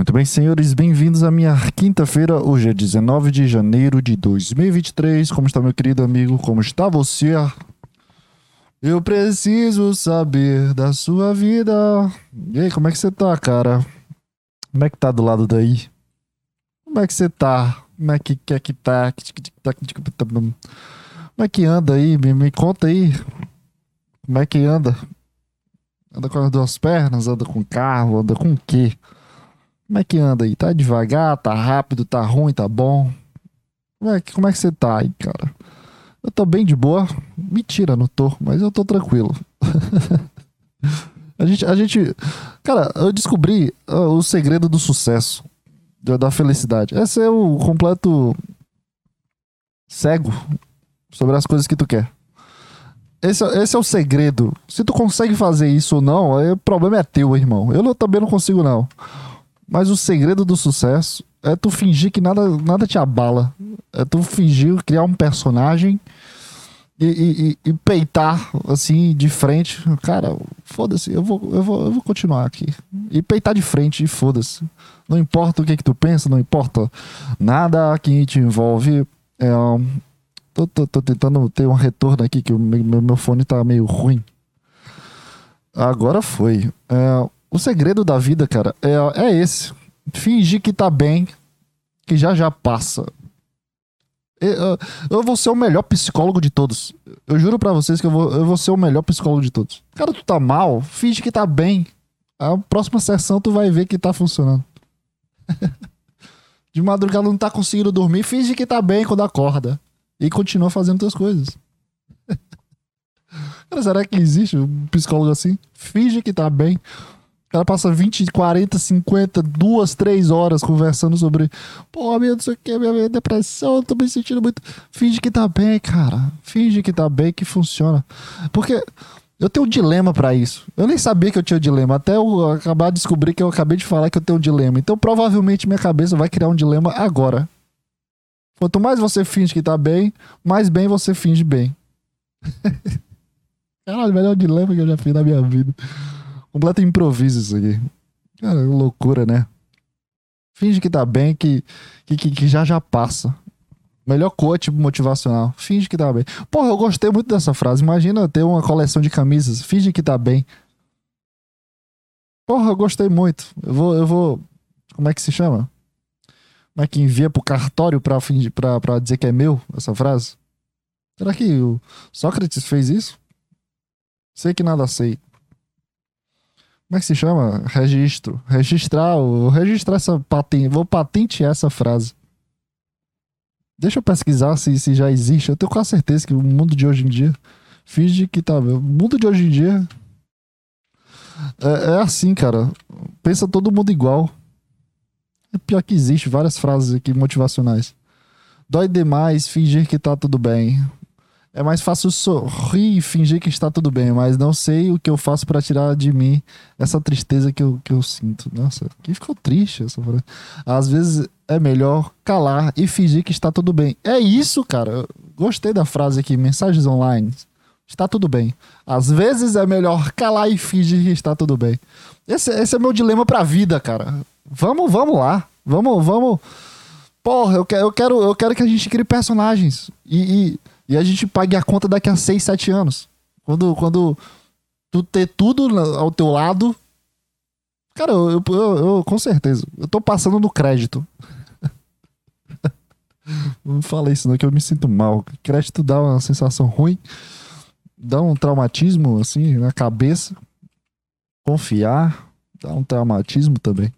Muito bem, senhores, bem-vindos à minha quinta-feira. Hoje é 19 de janeiro de 2023. Como está, meu querido amigo? Como está você? Eu preciso saber da sua vida. E aí, como é que você tá, cara? Como é que tá do lado daí? Como é que você tá? Como é que tá? Como é que anda aí? Me conta aí. Como é que anda? Anda com as duas pernas? Anda com carro? Anda com o quê? Como é que anda aí? Tá devagar? Tá rápido? Tá ruim? Tá bom? Como é que você tá aí, cara? Eu tô bem de boa. Mentira, não tô, mas eu tô tranquilo. A gente. Cara, eu descobri o segredo do sucesso, da felicidade. É ser o completo cego sobre as coisas que tu quer. Esse é o segredo. Se tu consegue fazer isso ou não, aí o problema é teu, irmão. Também não consigo, não. Mas o segredo do sucesso é tu fingir que nada te abala. É tu fingir, criar um personagem e peitar, assim, de frente. Cara, foda-se, eu vou continuar aqui. E peitar de frente, e foda-se. Não importa o que tu pensa, não importa nada que te envolve. Tô tentando ter um retorno aqui, que o meu fone tá meio ruim. Agora foi. O segredo da vida, cara, é esse. Fingir que tá bem, que já passa. Eu vou ser o melhor psicólogo de todos. Eu juro pra vocês que eu vou ser o melhor psicólogo de todos. Cara, tu tá mal, finge que tá bem. A próxima sessão tu vai ver que tá funcionando. De madrugada não tá conseguindo dormir, finge que tá bem quando acorda. E continua fazendo tuas coisas. Cara, será que existe um psicólogo assim? Finge que tá bem. O cara passa 20, 40, 50, 2, 3 horas conversando sobre pô, meu, não sei o que, minha depressão, tô me sentindo muito. Finge que tá bem, cara. Finge que tá bem, que funciona. Porque eu tenho um dilema pra isso. Eu nem sabia que eu tinha um dilema, até eu acabar de descobrir que eu acabei de falar que eu tenho um dilema. Então provavelmente minha cabeça vai criar um dilema agora. Quanto mais você finge que tá bem, mais bem você finge bem. Caralho, o melhor dilema que eu já fiz na minha vida. Completo improviso isso aqui. Cara, loucura, né? Finge que tá bem, que já passa. Melhor coach motivacional. Finge que tá bem. Porra, eu gostei muito dessa frase. Imagina ter uma coleção de camisas. Finge que tá bem. Porra, eu gostei muito. Eu vou. Como é que se chama? Como é que envia pro cartório pra dizer que é meu essa frase? Será que o Sócrates fez isso? Sei que nada sei. Como é que se chama? Registro. Registrar essa patente. Vou patentear essa frase. Deixa eu pesquisar se já existe. Eu tenho quase certeza que o mundo de hoje em dia finge que tá. O mundo de hoje em dia é assim, cara. Pensa todo mundo igual. É pior que existe várias frases aqui motivacionais. Dói demais fingir que tá tudo bem. É mais fácil sorrir e fingir que está tudo bem, mas não sei o que eu faço pra tirar de mim essa tristeza que eu sinto. Nossa, que ficou triste essa frase. Às vezes é melhor calar e fingir que está tudo bem. É isso, cara. Eu gostei da frase aqui, mensagens online. Está tudo bem. Às vezes é melhor calar e fingir que está tudo bem. Esse é meu dilema pra vida, cara. Vamos lá. Vamos. Porra, eu quero que a gente crie personagens. E a gente pague a conta daqui a 6, 7 anos. Quando tu ter tudo ao teu lado. Cara, eu com certeza. Eu tô passando no crédito. Não falei isso não, que eu me sinto mal. Crédito dá uma sensação ruim. Dá um traumatismo, assim, na cabeça. Confiar. Dá um traumatismo também.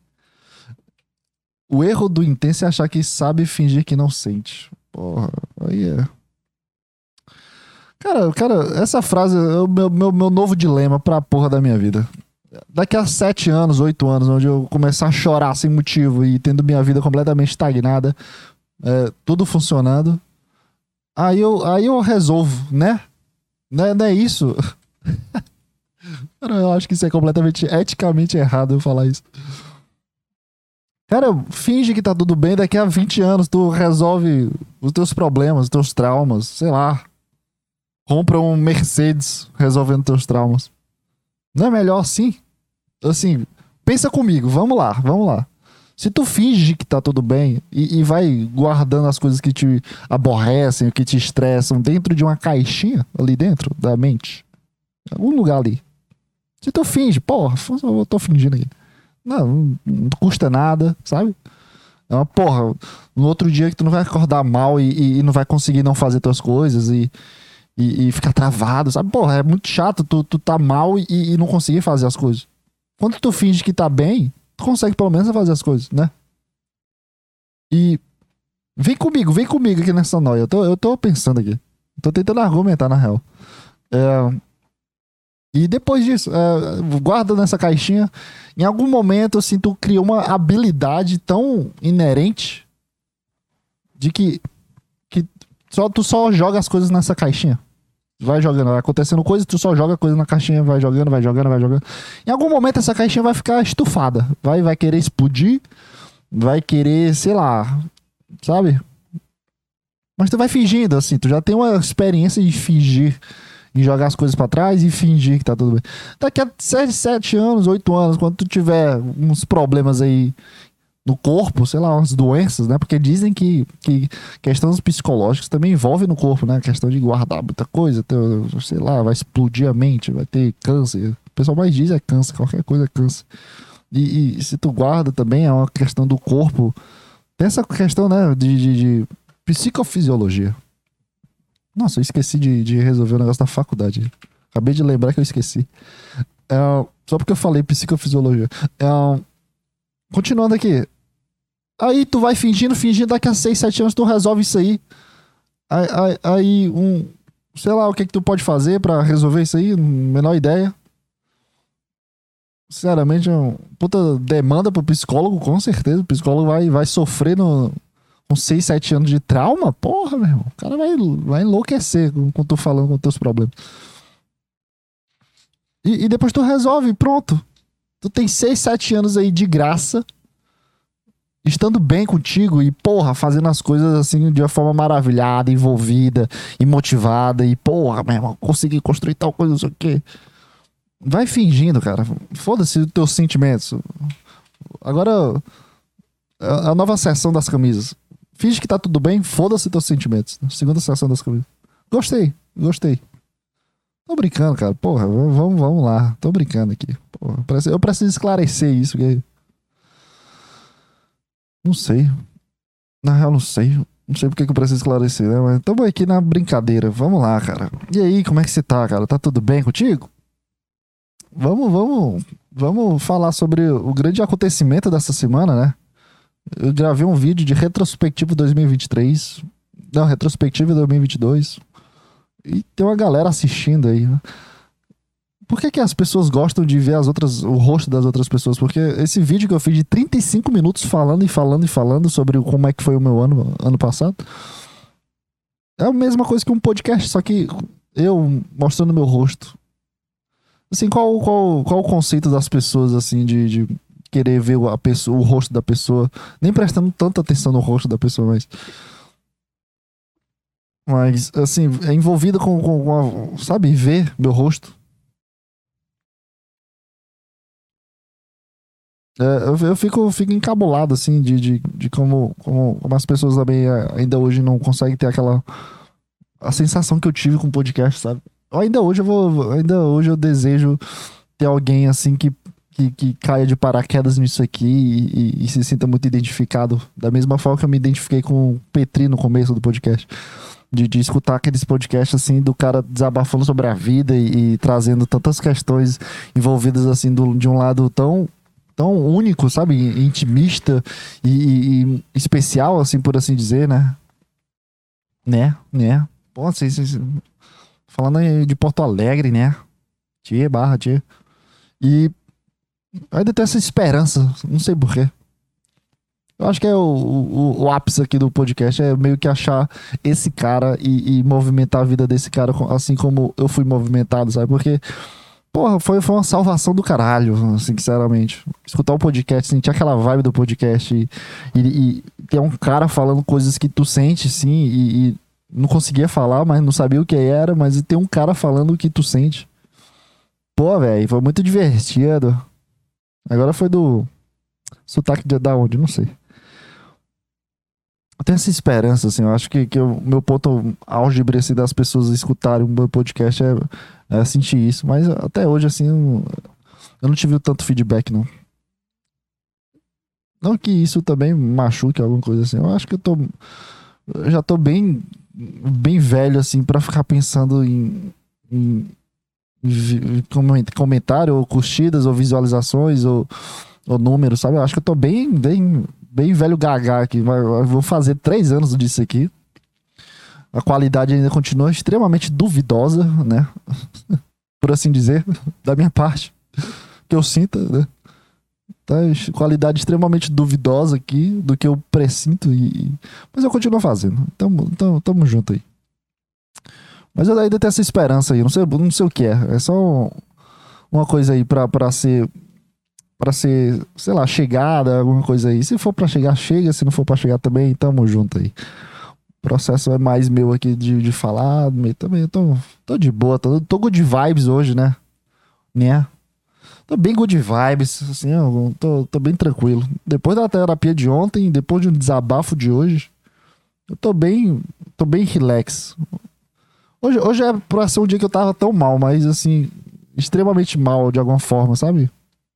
O erro do intenso é achar que sabe fingir que não sente. Porra, aí é... Cara, essa frase é o meu novo dilema pra porra da minha vida. Daqui a 7 anos, 8 anos, onde eu começar a chorar sem motivo e tendo minha vida completamente estagnada, tudo funcionando, aí eu resolvo, né? Não é isso? Cara, eu acho que isso é completamente eticamente errado eu falar isso. Cara, finge que tá tudo bem, daqui a 20 anos tu resolve os teus problemas, os teus traumas, sei lá. Compra um Mercedes resolvendo teus traumas. Não é melhor assim? Assim, pensa comigo, vamos lá. Se tu finge que tá tudo bem e vai guardando as coisas que te aborrecem, que te estressam dentro de uma caixinha ali dentro da mente, em algum lugar ali. Se tu finge, porra, eu tô fingindo aqui. Não custa nada, sabe? É uma porra. No outro dia que tu não vai acordar mal e não vai conseguir não fazer tuas coisas e ficar travado, sabe? Porra, é muito chato tu tá mal e não conseguir fazer as coisas. Quando tu finge que tá bem, tu consegue pelo menos fazer as coisas, né? E vem comigo aqui nessa noia. Eu tô pensando aqui. Tô tentando argumentar, na real. E depois disso, guarda nessa caixinha. Em algum momento, assim, tu criou uma habilidade tão inerente de que tu só joga as coisas nessa caixinha. Vai jogando, vai acontecendo coisa, tu só joga coisa na caixinha, vai jogando. Em algum momento essa caixinha vai ficar estufada. Vai querer explodir, vai querer, sei lá, sabe? Mas tu vai fingindo, assim, tu já tem uma experiência de fingir, em jogar as coisas pra trás e fingir que tá tudo bem. Daqui a 7 anos, 8 anos, quando tu tiver uns problemas aí no corpo, sei lá, umas doenças, né? Porque dizem que questões psicológicas também envolvem no corpo, né? A questão de guardar muita coisa, sei lá, vai explodir a mente, vai ter câncer. O pessoal mais diz é câncer, qualquer coisa é câncer. E se tu guarda também, é uma questão do corpo. Tem essa questão, né, de psicofisiologia. Nossa, eu esqueci de resolver o negócio da faculdade. Acabei de lembrar que eu esqueci. Só porque eu falei psicofisiologia. Continuando aqui. Aí tu vai fingindo, daqui a 6, 7 anos tu resolve isso aí. Aí sei lá, o que tu pode fazer pra resolver isso aí? Menor ideia. Sinceramente, é uma puta demanda pro psicólogo, com certeza. O psicólogo vai sofrer com 6, 7 anos de trauma. Porra, meu irmão. O cara vai enlouquecer com tu falando com teus problemas. E depois tu resolve, pronto. Tu tem 6, 7 anos aí de graça, estando bem contigo e, porra, fazendo as coisas assim de uma forma maravilhada, envolvida e motivada. E, porra, meu irmão, consegui construir tal coisa, não sei o quê. Vai fingindo, cara. Foda-se os teus sentimentos. Agora, a nova seção das camisas. Finge que tá tudo bem, foda-se teus sentimentos. Segunda seção das camisas. Gostei. Tô brincando, cara. Porra, vamos lá. Tô brincando aqui. Porra, eu preciso esclarecer isso. Não sei. Na real, não sei. Não sei porque que eu preciso esclarecer, né? Mas tamo aqui na brincadeira. Vamos lá, cara. E aí, como é que você tá, cara? Tá tudo bem contigo? Vamos falar sobre o grande acontecimento dessa semana, né? Eu gravei um vídeo de retrospectiva 2023. Não, retrospectiva 2022. E tem uma galera assistindo aí, né? Por que as pessoas gostam de ver o rosto das outras pessoas? Porque esse vídeo que eu fiz de 35 minutos falando sobre como é que foi o meu ano passado, é a mesma coisa que um podcast, só que eu mostrando meu rosto. Assim, qual o conceito das pessoas, assim, de querer ver o rosto da pessoa, nem prestando tanta atenção no rosto da pessoa, mas assim, é envolvida com sabe, ver meu rosto. Eu fico encabulado, assim, de como as pessoas também ainda hoje não conseguem ter a sensação que eu tive com o podcast, sabe? Ainda hoje eu desejo ter alguém, assim, que caia de paraquedas nisso aqui e se sinta muito identificado, da mesma forma que eu me identifiquei com o Petri no começo do podcast. De escutar aqueles podcasts, assim, do cara desabafando sobre a vida e trazendo tantas questões envolvidas, assim, de um lado tão único, sabe? Intimista e especial, assim, por assim dizer, né? Né? Pô, falando aí de Porto Alegre, né? Tia. E ainda tem essa esperança, não sei porquê. Eu acho que é o ápice aqui do podcast, é meio que achar esse cara e movimentar a vida desse cara assim como eu fui movimentado, sabe? Porque, porra, foi uma salvação do caralho, assim, sinceramente. Escutar o podcast, sentir aquela vibe do podcast e ter um cara falando coisas que tu sente, sim, e não conseguia falar, mas não sabia o que era, mas ter um cara falando o que tu sente. Pô, velho, foi muito divertido. Agora foi Sotaque da onde? Não sei. Eu tenho essa esperança, assim. Eu acho que o meu ponto álgebra, assim, das pessoas escutarem o meu podcast é sentir isso. Mas até hoje, assim, eu não tive tanto feedback, não. Não que isso também machuque alguma coisa assim. Eu acho que eu já tô bem velho, assim, pra ficar pensando em comentário, ou curtidas, ou visualizações, ou números, sabe? Eu acho que eu tô bem velho gaga aqui. Eu vou fazer 3 anos disso aqui. A qualidade ainda continua extremamente duvidosa, né? Por assim dizer, da minha parte. Que eu sinto, né? Tá, qualidade extremamente duvidosa aqui do que eu presinto. Mas eu continuo fazendo. Tamo junto aí. Mas eu ainda tenho essa esperança aí. Não sei o que é. É só uma coisa aí pra ser, sei lá, chegada, alguma coisa aí. Se for pra chegar, chega. Se não for pra chegar também, tamo junto aí. O processo é mais meu aqui de falar. Também eu tô de boa. Tô good vibes hoje, né? Né? Tô bem good vibes, assim, eu tô bem tranquilo. Depois da terapia de ontem, depois de um desabafo de hoje, eu tô bem relax. Hoje é pra ser um dia que eu tava tão mal, mas assim, extremamente mal de alguma forma, sabe?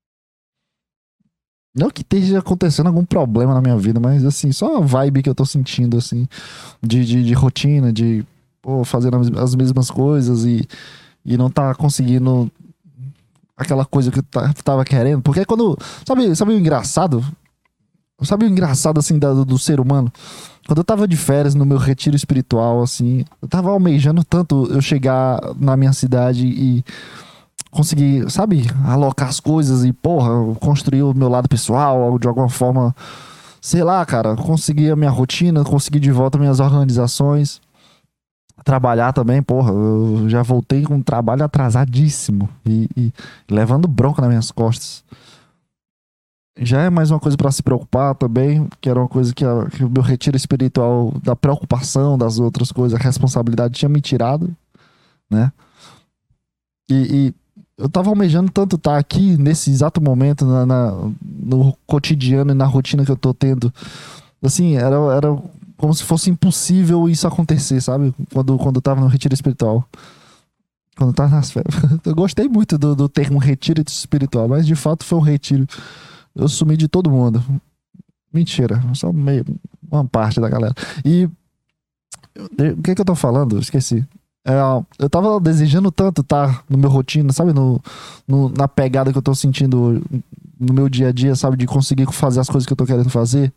Não que esteja acontecendo algum problema na minha vida, mas assim, só a vibe que eu tô sentindo, assim, de rotina, de pô, fazendo as mesmas coisas e não tá conseguindo aquela coisa que eu tava querendo. Porque quando. Sabe o engraçado? Sabe o engraçado, assim, do ser humano? Quando eu tava de férias no meu retiro espiritual, assim, eu tava almejando tanto eu chegar na minha cidade e conseguir, sabe, alocar as coisas e, porra, construir o meu lado pessoal, de alguma forma, sei lá, cara, conseguir a minha rotina, conseguir de volta minhas organizações. Trabalhar também, porra, eu já voltei com um trabalho atrasadíssimo e levando bronca nas minhas costas. Já é mais uma coisa pra se preocupar também, que era uma coisa que o meu retiro espiritual da preocupação das outras coisas, a responsabilidade tinha me tirado, né? E eu tava almejando tanto estar aqui nesse exato momento, no cotidiano e na rotina que eu tô tendo. Assim, era como se fosse impossível isso acontecer, sabe? Quando eu tava no retiro espiritual. Quando eu tava nas férias. Eu gostei muito do termo retiro espiritual, mas de fato foi um retiro. Eu sumi de todo mundo. Mentira, só meio, uma parte da galera. E o que eu tô falando? Esqueci. É, eu tava desejando tanto estar no meu rotina, sabe? Na pegada que eu tô sentindo no meu dia a dia, sabe? De conseguir fazer as coisas que eu tô querendo fazer.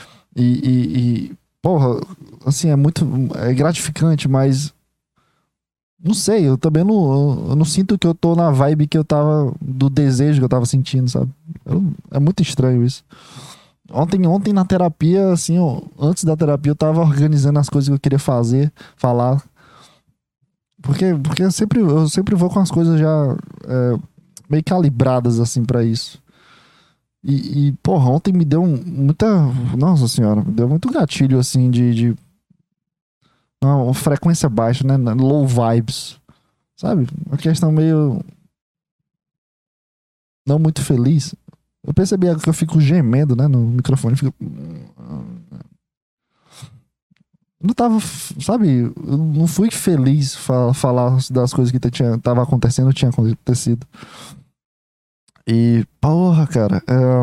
Porra, assim, é gratificante, mas não sei, eu também eu não sinto que eu tô na vibe que eu tava, do desejo que eu tava sentindo, sabe? É muito estranho isso. Ontem na terapia, assim, antes da terapia, eu tava organizando as coisas que eu queria fazer, falar. Porque eu sempre vou com as coisas já meio calibradas, assim, pra isso. Porra, ontem me deu muita. Nossa senhora, me deu muito gatilho, assim, de uma frequência baixa, né? Low vibes. Sabe? Uma questão meio. Não muito feliz. Eu percebi que eu fico gemendo, né? No microfone. Fico. Eu não tava. Sabe? Eu não fui feliz falar das coisas que tava acontecendo, tinha acontecido. E, porra, cara.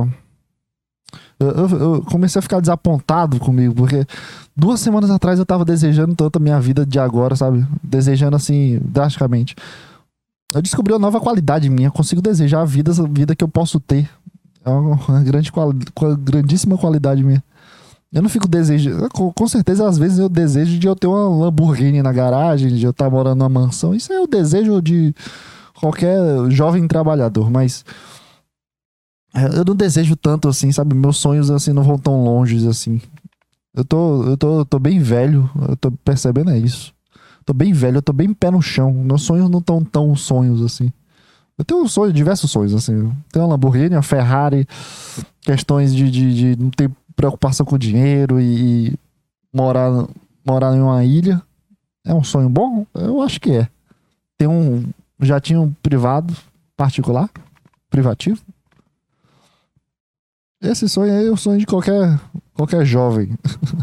Eu comecei a ficar desapontado comigo, porque 2 semanas atrás eu tava desejando tanto a minha vida de agora, sabe? Desejando assim, drasticamente. Eu descobri uma nova qualidade minha, eu consigo desejar a vida que eu posso ter. É uma grandíssima qualidade minha. Eu não fico desejando. Com certeza, às vezes eu desejo de eu ter uma Lamborghini na garagem, de eu estar morando numa mansão. Isso é o desejo de qualquer jovem trabalhador, mas. Eu não desejo tanto assim, sabe? Meus sonhos assim não vão tão longe assim. Eu tô bem velho, eu tô percebendo isso. Tô bem velho, eu tô bem pé no chão. Meus sonhos não estão tão sonhos assim. Eu tenho diversos sonhos assim. Tenho uma Lamborghini, uma Ferrari, questões de não ter preocupação com dinheiro e morar em uma ilha. É um sonho bom? Eu acho que é. Tem um jatinho privado, particular, privativo. Esse sonho aí é o sonho de qualquer jovem.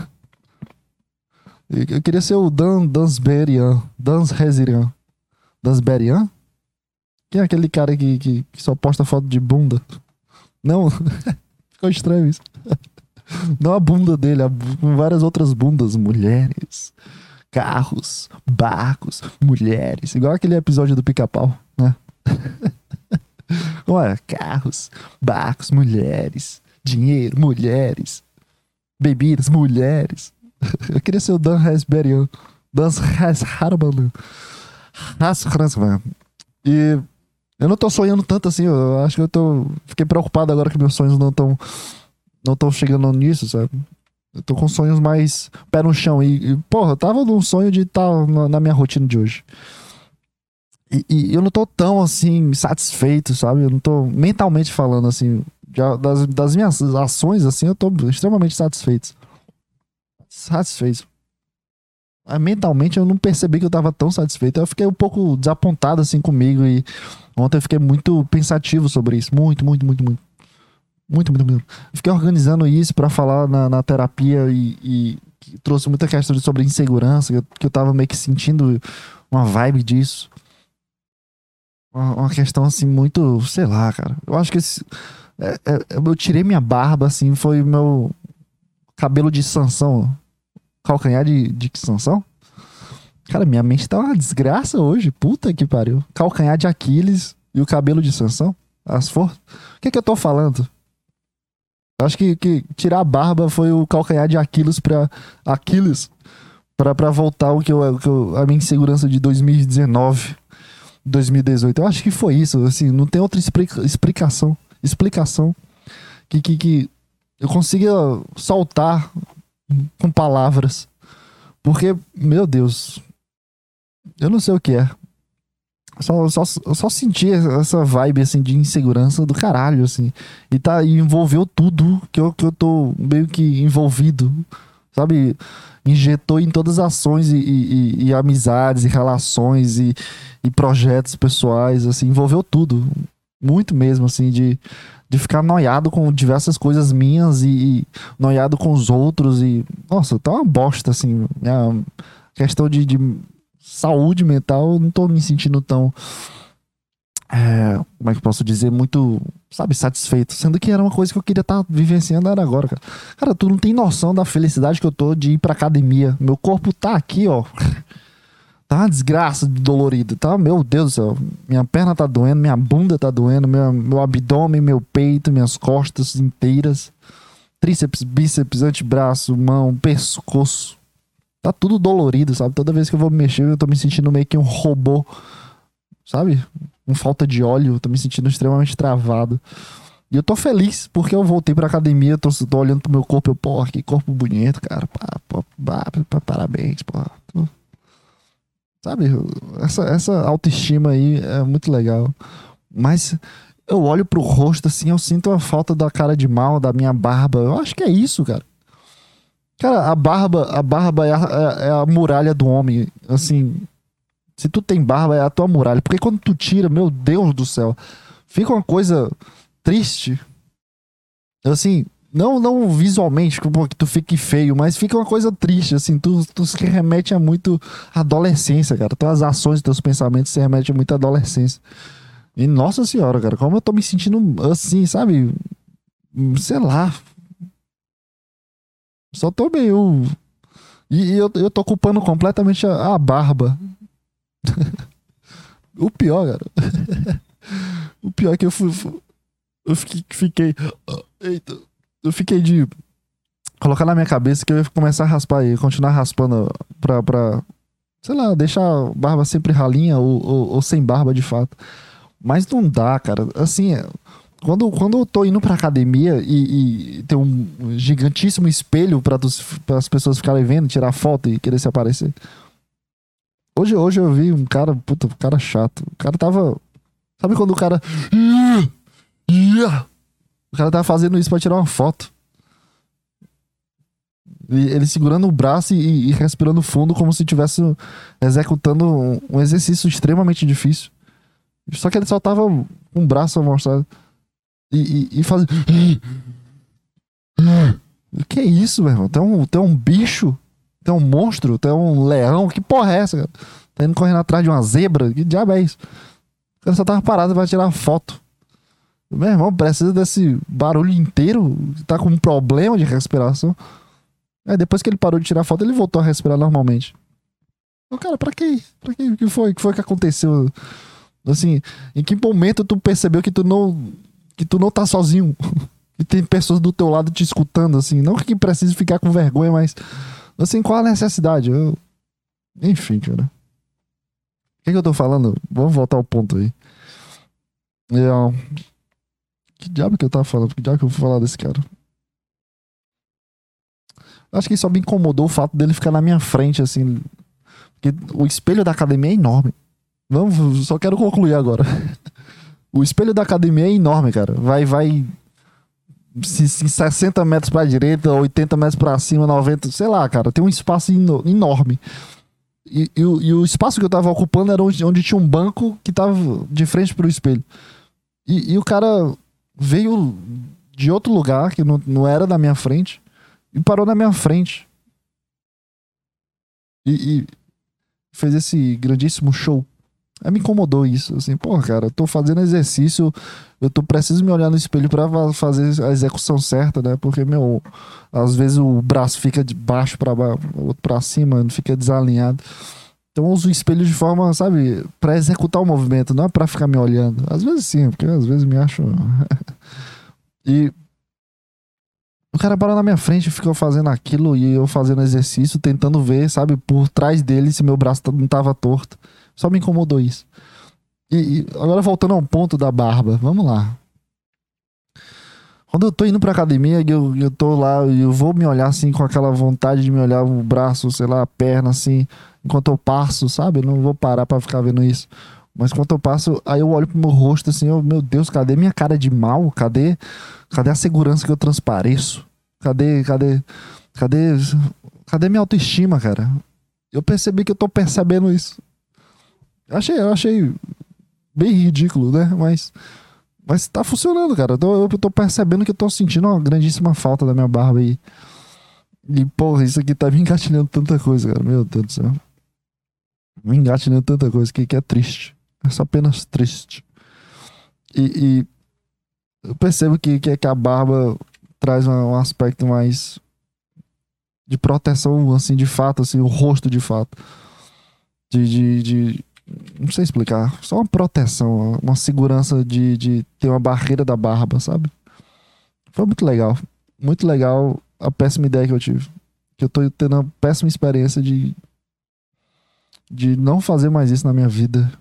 Eu queria ser o Dansberian. Dansrezerian. Dansberian? Quem é aquele cara que só posta foto de bunda? Não, ficou estranho isso. Não a bunda dele, com várias outras bundas. Mulheres, carros, barcos, mulheres. Igual aquele episódio do Pica-Pau, né? Olha, carros, barcos, mulheres, dinheiro, mulheres, bebidas, mulheres. Eu queria ser o Dan Raspberry. Dan Raspberry. E eu não tô sonhando tanto assim. Eu acho que fiquei preocupado agora que meus sonhos não tão chegando nisso, sabe? Eu tô com sonhos mais pé no chão. Porra, eu tava num sonho de estar na minha rotina de hoje. E eu não tô tão, assim, satisfeito, sabe? Eu não tô mentalmente falando, assim, das minhas ações, assim, eu tô extremamente satisfeito. Satisfeito. Mas mentalmente eu não percebi que eu tava tão satisfeito. Eu fiquei um pouco desapontado, assim, comigo. E ontem eu fiquei muito pensativo sobre isso. Muito, muito, muito, muito. Muito, muito, muito. Fiquei organizando isso pra falar na terapia e trouxe muita questão sobre insegurança, que eu tava meio que sentindo uma vibe disso. Uma questão assim muito, sei lá, cara. Eu acho que eu tirei minha barba, assim, foi meu cabelo de Sansão, calcanhar de Sansão. Cara, minha mente tá uma desgraça hoje, puta que pariu. Calcanhar de Aquiles e o cabelo de Sansão, as forças. O que eu tô falando? Eu acho que tirar a barba foi o calcanhar de Aquiles pra voltar a minha insegurança de 2019. 2018. Eu acho que foi isso, assim, não tem outra explicação que eu consiga soltar com palavras. Porque, meu Deus, eu não sei o que é. Eu só senti essa vibe, assim, de insegurança do caralho, assim. E envolveu tudo que eu tô meio que envolvido, sabe? Injetou em todas as ações e amizades, e relações, e projetos pessoais, assim. Envolveu tudo. Muito mesmo, assim, de ficar noiado com diversas coisas minhas e noiado com os outros. E, nossa, tá uma bosta, assim. A questão de saúde mental, eu não tô me sentindo tão, como é que eu posso dizer, muito, sabe, satisfeito. Sendo que era uma coisa que eu queria estar vivenciando era agora, cara. Cara, tu não tem noção da felicidade que eu tô de ir pra academia. Meu corpo tá aqui, ó. Tá uma desgraça de dolorido, tá? Meu Deus do céu. Minha perna tá doendo, minha bunda tá doendo, meu abdômen, meu peito, minhas costas inteiras. Tríceps, bíceps, antebraço, mão, pescoço. Tá tudo dolorido, sabe? Toda vez que eu vou mexer, eu tô me sentindo meio que um robô, sabe? Com falta de óleo, eu tô me sentindo extremamente travado. E eu tô feliz, porque eu voltei pra academia, tô olhando pro meu corpo, porra, que corpo bonito, cara. Parabéns, porra. Sabe? Essa autoestima aí é muito legal. Mas eu olho pro rosto, assim, eu sinto a falta da cara de mal, da minha barba. Eu acho que é isso, cara. Cara, a barba é a muralha do homem. Assim, se tu tem barba, é a tua muralha. Porque quando tu tira, meu Deus do céu, fica uma coisa triste. Assim, não visualmente, como que tu fique feio, mas fica uma coisa triste, assim. Tu se remete a muito adolescência, cara. Tuas ações, teus pensamentos se remetem a muita adolescência. E nossa senhora, cara, como eu tô me sentindo assim, sabe? Sei lá. Só tô meio. E eu tô culpando completamente a barba. O pior, cara. O pior é que eu fiquei. Eita. Eu fiquei de colocar na minha cabeça que eu ia começar a raspar e continuar raspando pra sei lá, deixar a barba sempre ralinha ou sem barba de fato. Mas não dá, cara. Assim, quando eu tô indo pra academia e tem um gigantíssimo espelho para as pessoas ficarem vendo, tirar foto e querer se aparecer. Hoje eu vi um cara, puta, um cara chato. O cara tava. Sabe quando o cara. O cara tava fazendo isso pra tirar uma foto. Ele segurando o braço e respirando fundo como se estivesse executando um exercício extremamente difícil. Só que ele só tava com o braço amostrado. E fazendo. Que isso, meu irmão? Tem um bicho? Tem um monstro? Tem um leão? Que porra é essa, cara? Tá indo correndo atrás de uma zebra? Que diabo é isso? O cara só tava parado pra tirar foto. Meu irmão, precisa desse barulho inteiro? Tá com um problema de respiração? Aí depois que ele parou de tirar foto, ele voltou a respirar normalmente. Então, cara, pra quê? Pra quê? O que foi? O que foi que aconteceu? Assim, em que momento tu percebeu que tu não tá sozinho? Que tem pessoas do teu lado te escutando, assim. Não que precise ficar com vergonha, mas assim, qual a necessidade? Enfim, cara. O que eu tô falando? Vamos voltar ao ponto aí. Que diabo que eu tava falando? Que diabo que eu vou falar desse cara? Acho que só me incomodou o fato dele ficar na minha frente, assim. Porque o espelho da academia é enorme. Vamos, só quero concluir agora. O espelho da academia é enorme, cara. Vai 60 metros pra direita, 80 metros pra cima, 90, sei lá, cara. Tem um espaço enorme. E o espaço que eu tava ocupando era onde tinha um banco que tava de frente pro espelho. E o cara veio de outro lugar, que não era da minha frente, e parou na minha frente. E fez esse grandíssimo show. Aí me incomodou isso, assim, porra, cara, eu tô fazendo exercício, preciso me olhar no espelho pra fazer a execução certa, né, porque, às vezes o braço fica de baixo pra baixo, outro pra cima, fica desalinhado. Então eu uso o espelho de forma, sabe, pra executar o movimento, não é pra ficar me olhando. Às vezes sim, porque às vezes me acho... E o cara parou na minha frente e ficou fazendo aquilo e eu fazendo exercício, tentando ver, sabe, por trás dele se meu braço não tava torto. Só me incomodou isso. E agora voltando ao ponto da barba, vamos lá. Quando eu tô indo pra academia e eu tô lá e eu vou me olhar assim com aquela vontade de me olhar o braço, sei lá, a perna assim, enquanto eu passo, sabe? Eu não vou parar pra ficar vendo isso. Mas enquanto eu passo, aí eu olho pro meu rosto assim, meu Deus, cadê minha cara de mal? Cadê a segurança que eu transpareço? Cadê, cadê minha autoestima, cara? Eu percebi que eu tô percebendo isso. Eu achei bem ridículo, né? Mas tá funcionando, cara. Eu tô percebendo que eu tô sentindo uma grandíssima falta da minha barba aí. E, porra, isso aqui tá me engatilhando tanta coisa, cara. Meu Deus do céu. Me engatilhando tanta coisa que é triste. É só apenas triste. E eu percebo que a barba traz um aspecto mais de proteção, assim, de fato, assim, o rosto de fato. De não sei explicar. Só uma proteção, uma segurança de ter uma barreira da barba, sabe? Foi muito legal. Muito legal a péssima ideia que eu tive. Que eu tô tendo uma péssima experiência de não fazer mais isso na minha vida.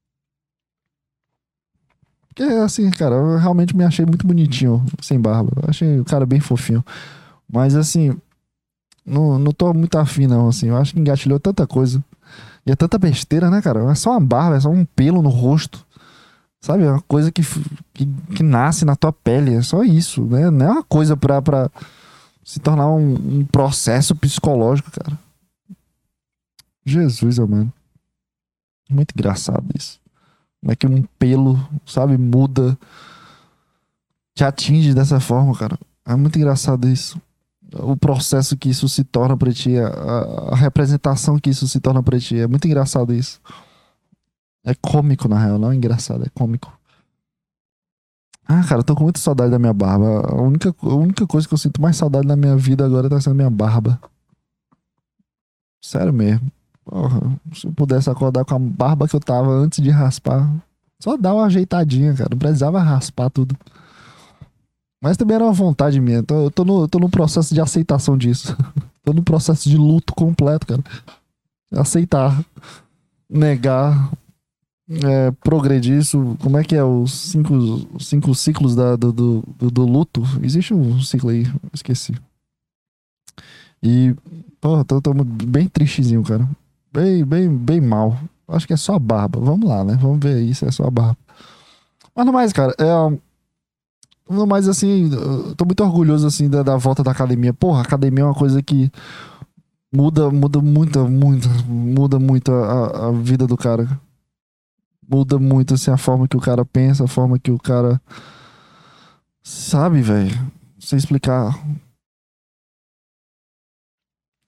Porque, assim, cara, eu realmente me achei muito bonitinho sem barba. Eu achei o cara bem fofinho. Mas, assim, não tô muito afim, não, assim. Eu acho que engatilhou tanta coisa. E é tanta besteira, né, cara? É só uma barba, é só um pelo no rosto. Sabe? É uma coisa que nasce na tua pele. É só isso, né? Não é uma coisa pra se tornar um processo psicológico, cara. Jesus, mano. Muito engraçado isso. Como é que um pelo, sabe, muda, te atinge dessa forma, cara. É muito engraçado isso. O processo que isso se torna pra ti, a representação que isso se torna pra ti. É muito engraçado isso. É cômico, na real, não é engraçado, é cômico. Ah, cara, eu tô com muita saudade da minha barba. A única coisa que eu sinto mais saudade na minha vida agora tá sendo minha barba. Sério mesmo. Porra, se eu pudesse acordar com a barba que eu tava antes de raspar, só dar uma ajeitadinha, cara. Não precisava raspar tudo. Mas também era uma vontade minha. Então eu tô no processo de aceitação disso. Tô no processo de luto completo, cara. Aceitar, negar, progredir isso. Como é que é os cinco ciclos do luto? Existe um ciclo aí, esqueci. E, pô, tô bem tristezinho, cara. Bem mal. Acho que é só a barba. Vamos lá, né? Vamos ver aí se é só a barba. Mas no mais, cara, no mais, assim, eu tô muito orgulhoso, assim, da volta da academia. Porra, a academia é uma coisa que muda muito a vida do cara. Muda muito, assim, a forma que o cara pensa, a forma que o cara sabe, velho. Não sei explicar.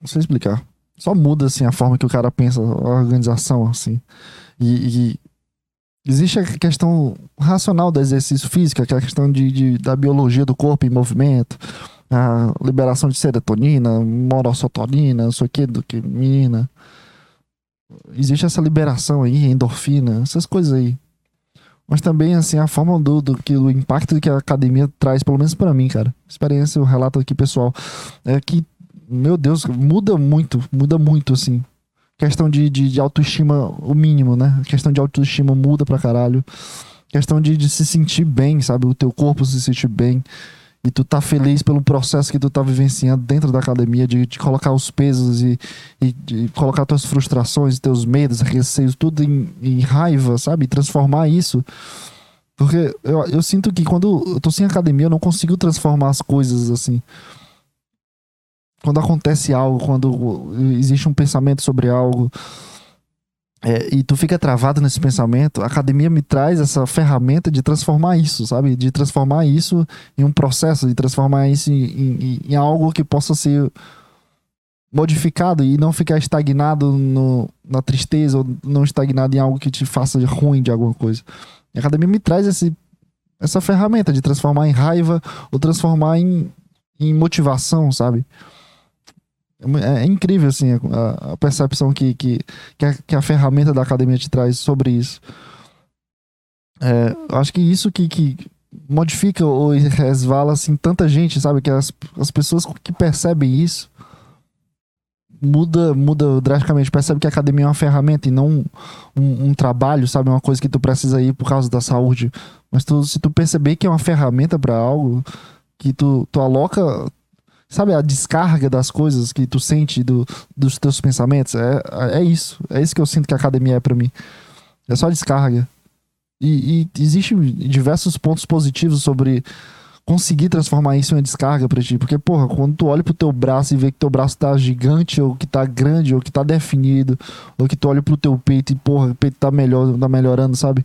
Não sei explicar. Só muda, assim, a forma que o cara pensa, a organização, assim. E existe a questão racional do exercício físico, que é a questão da biologia do corpo em movimento, a liberação de serotonina, monossonina, não sei o que, do que, menina. Existe essa liberação aí, endorfina, essas coisas aí. Mas também, assim, a forma do impacto que a academia traz, pelo menos pra mim, cara. Experiência, o relato aqui, pessoal, é que, meu Deus, muda muito, assim. Questão de autoestima, o mínimo, né? A questão de autoestima muda pra caralho. Questão de se sentir bem, sabe? O teu corpo se sentir bem. E tu tá feliz pelo processo que tu tá vivenciando dentro da academia, de colocar os pesos e de colocar tuas frustrações, teus medos, receios, tudo em raiva, sabe? E transformar isso. Porque eu sinto que quando eu tô sem academia, eu não consigo transformar as coisas assim. Quando acontece algo, quando existe um pensamento sobre algo, e tu fica travado nesse pensamento, a academia me traz essa ferramenta de transformar isso, sabe? De transformar isso em um processo, de transformar isso em algo que possa ser modificado e não ficar estagnado na tristeza ou não estagnado em algo que te faça ruim de alguma coisa. A academia me traz essa ferramenta de transformar em raiva ou transformar em motivação, sabe? É incrível, assim, a percepção que a ferramenta da academia te traz sobre isso. Eu acho que isso que modifica ou resvala, assim, tanta gente, sabe? Que as pessoas que percebem isso muda drasticamente. Percebe que a academia é uma ferramenta e não um trabalho, sabe? Uma coisa que tu precisa ir por causa da saúde. Mas se tu perceber que é uma ferramenta para algo, que tu aloca... Sabe, a descarga das coisas que tu sente dos teus pensamentos? É isso. É isso que eu sinto que a academia é pra mim. É só descarga. E existem diversos pontos positivos sobre conseguir transformar isso em uma descarga pra ti. Porque, porra, quando tu olha pro teu braço e vê que teu braço tá gigante, ou que tá grande, ou que tá definido, ou que tu olha pro teu peito e, porra, o peito tá melhorando, sabe?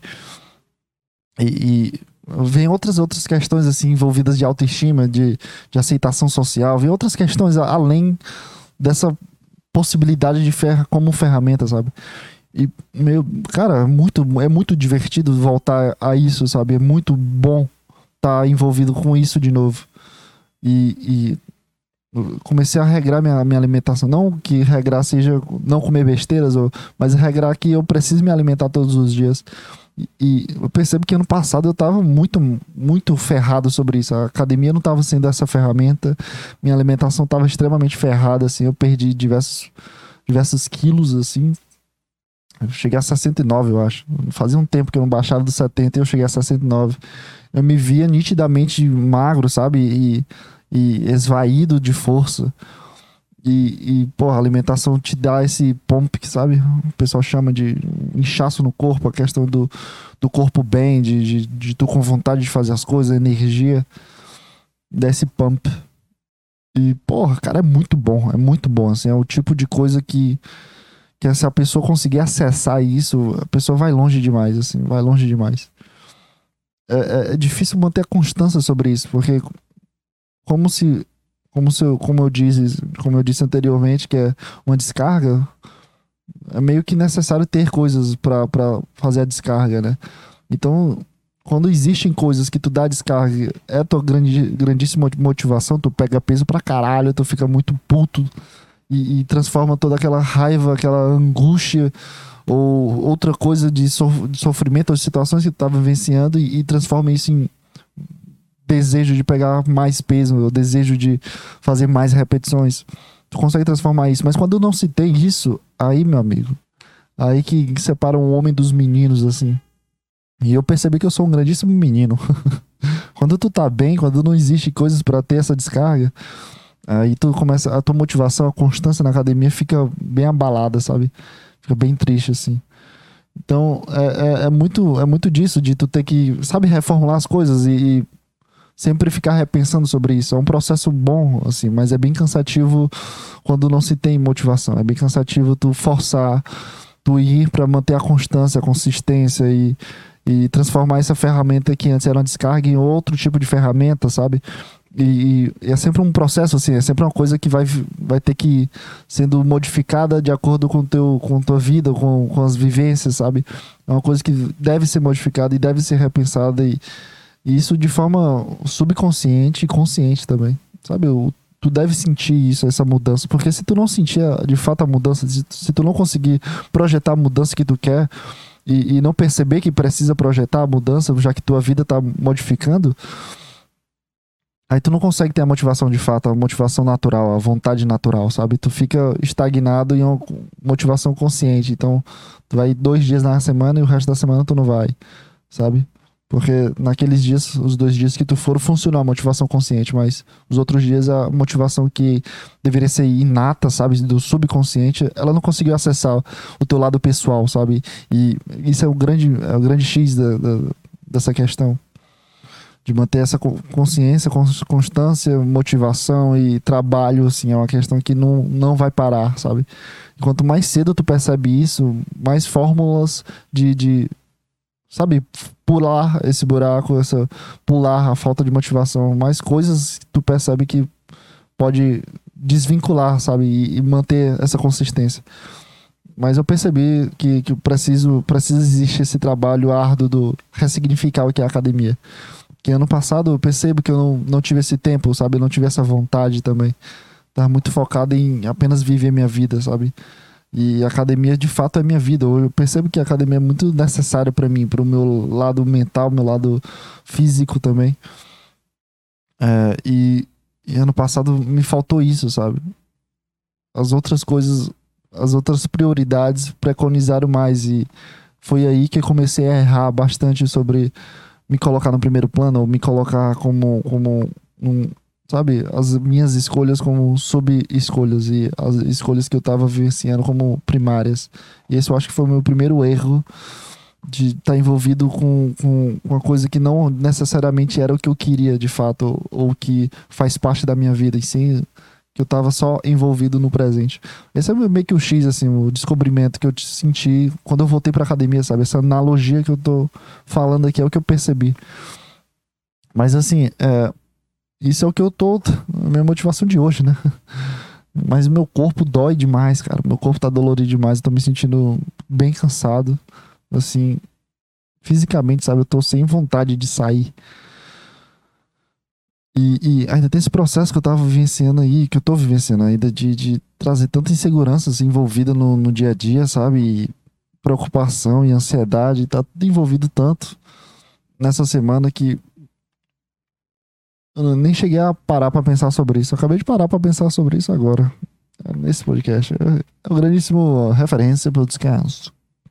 Vem outras questões assim envolvidas de autoestima, de aceitação social, vem outras questões além dessa possibilidade de como ferramenta, sabe? E, cara, é muito divertido voltar a isso, sabe? É muito bom estar envolvido com isso de novo. E comecei a regrar minha alimentação. Não que regrar seja não comer besteiras, mas regrar que eu preciso me alimentar todos os dias. E eu percebo que ano passado eu tava muito ferrado sobre isso. A academia não tava sendo essa ferramenta. Minha alimentação tava extremamente ferrada, assim. Eu perdi diversos quilos, assim. Eu cheguei a 69, eu acho. Fazia um tempo que eu não baixava dos 70 e eu cheguei a 69. Eu me via nitidamente magro, sabe? E esvaído de força. Pô, a alimentação te dá esse pump, sabe? O pessoal chama de inchaço no corpo, a questão do corpo bem, de tu com vontade de fazer as coisas, energia, dá esse pump. E, porra, cara, é muito bom, assim, é o tipo de coisa que se a pessoa conseguir acessar isso, a pessoa vai longe demais, assim, vai longe demais. É difícil manter a constância sobre isso, porque como eu disse anteriormente, que é uma descarga, é meio que necessário ter coisas pra fazer a descarga, né? Então, quando existem coisas que tu dá descarga, é tua grandíssima motivação, tu pega peso pra caralho, tu fica muito puto e transforma toda aquela raiva, aquela angústia ou outra coisa de sofrimento ou de situações que tu tava vivenciando e transforma isso em desejo de pegar mais peso, o desejo de fazer mais repetições. Tu consegue transformar isso. Mas quando não se tem isso, aí, meu amigo, aí que separa um homem dos meninos, assim. E eu percebi que eu sou um grandíssimo menino. Quando tu tá bem, quando não existe coisas pra ter essa descarga, aí tu começa, a tua motivação, a constância na academia fica bem abalada, sabe? Fica bem triste, assim. Então, é muito disso, de tu ter que, sabe, reformular as coisas e sempre ficar repensando sobre isso. É um processo bom, assim, mas é bem cansativo quando não se tem motivação. É bem cansativo tu forçar, tu ir pra manter a constância, a consistência e transformar essa ferramenta que antes era uma descarga em outro tipo de ferramenta, sabe? E é sempre um processo, assim, é sempre uma coisa que vai ter que ir sendo modificada de acordo com tua vida, com as vivências, sabe? É uma coisa que deve ser modificada e deve ser repensada, e isso de forma subconsciente e consciente também, sabe? Tu deve sentir isso, essa mudança, porque se tu não sentir de fato a mudança, se tu não conseguir projetar a mudança que tu quer e não perceber que precisa projetar a mudança, já que tua vida tá modificando, aí tu não consegue ter a motivação de fato, a motivação natural, a vontade natural, sabe? Tu fica estagnado em uma motivação consciente. Então, tu vai 2 dias na semana e o resto da semana tu não vai, sabe? Porque naqueles dias, os 2 dias que tu for, funcionou a motivação consciente, mas os outros dias a motivação que deveria ser inata, sabe? Do subconsciente, ela não conseguiu acessar o teu lado pessoal, sabe? E isso é o grande X dessa questão de manter essa consciência, constância, motivação e trabalho, assim, é uma questão que não vai parar, sabe? E quanto mais cedo tu percebe isso, mais fórmulas sabe, pular esse buraco, pular a falta de motivação, mais coisas tu percebe que pode desvincular, sabe, e manter essa consistência. Mas eu percebi que precisa existir esse trabalho árduo do ressignificar o que é a academia. Que ano passado eu percebo que eu não tive esse tempo, sabe? Eu não tive essa vontade também. Tava muito focado em apenas viver minha vida, sabe? E a academia de fato é minha vida. Eu percebo que a academia é muito necessária pra mim, pro meu lado mental, meu lado físico também. E ano passado me faltou isso, sabe? As outras coisas, as outras prioridades preconizaram mais. E foi aí que eu comecei a errar bastante sobre me colocar no primeiro plano, ou me colocar como sabe, as minhas escolhas como sub-escolhas e as escolhas que eu tava vivenciando como primárias. E esse eu acho que foi o meu primeiro erro de estar envolvido com uma coisa que não necessariamente era o que eu queria de fato, ou que faz parte da minha vida, e sim que eu tava só envolvido no presente. Esse é meio que o X, assim, o descobrimento que eu senti quando eu voltei pra academia, sabe? Essa analogia que eu tô falando aqui é o que eu percebi. Mas assim, isso é o que eu tô, a minha motivação de hoje, né? Mas o meu corpo dói demais, cara. Meu corpo tá dolorido demais. Eu tô me sentindo bem cansado. Assim, fisicamente, sabe? Eu tô sem vontade de sair. E ainda tem esse processo que eu tava vivenciando aí, que eu tô vivenciando ainda, de trazer tanta insegurança assim, envolvida no dia a dia, sabe? E preocupação e ansiedade, tá tudo envolvido tanto nessa semana que eu nem cheguei a parar pra pensar sobre isso. Eu acabei de parar pra pensar sobre isso agora, nesse podcast. É uma grandíssima referência pro descanso.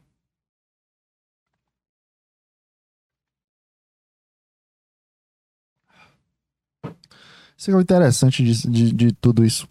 Isso é o interessante de tudo isso.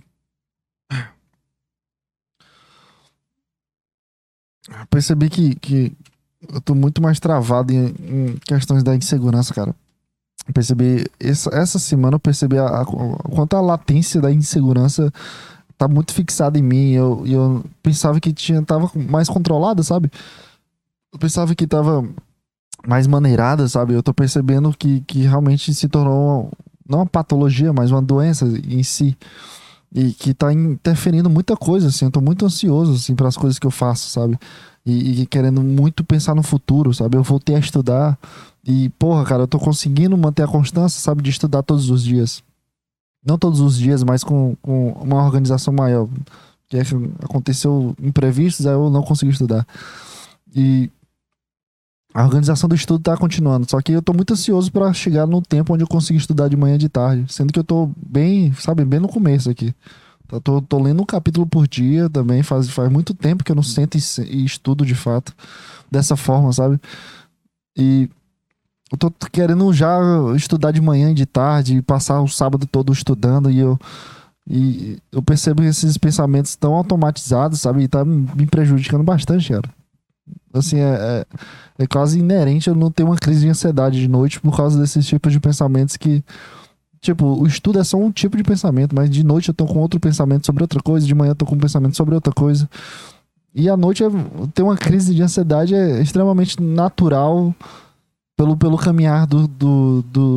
Eu percebi que eu tô muito mais travado em questões da insegurança, cara. Eu percebi, essa semana eu percebi quanto a latência da insegurança tá muito fixada em mim. Eu pensava que tava mais controlada, sabe? Eu pensava que tava mais maneirada, sabe? Eu tô percebendo que realmente se tornou não uma patologia, mas uma doença em si. E que tá interferindo muita coisa, assim. Eu tô muito ansioso, assim, para as coisas que eu faço, sabe? E querendo muito pensar no futuro, sabe? Eu voltei a estudar e, porra, cara, eu tô conseguindo manter a constância, sabe? De estudar todos os dias. Não todos os dias, mas com uma organização maior. Que aconteceu imprevistos, aí eu não consegui estudar. E a organização do estudo tá continuando. Só que eu tô muito ansioso para chegar no tempo onde eu consigo estudar de manhã e de tarde. Sendo que eu tô bem, sabe, bem no começo aqui. Tô lendo um capítulo por dia também. Faz muito tempo que eu não sento e estudo de fato. Dessa forma, sabe? E eu tô querendo já estudar de manhã e de tarde. E passar o sábado todo estudando. E eu percebo que esses pensamentos estão automatizados, sabe? E tá me prejudicando bastante, cara. Assim, é quase inerente eu não ter uma crise de ansiedade de noite por causa desses tipos de pensamentos que... Tipo, o estudo é só um tipo de pensamento, mas de noite eu tô com outro pensamento sobre outra coisa, de manhã eu tô com um pensamento sobre outra coisa. E à noite ter uma crise de ansiedade é extremamente natural pelo caminhar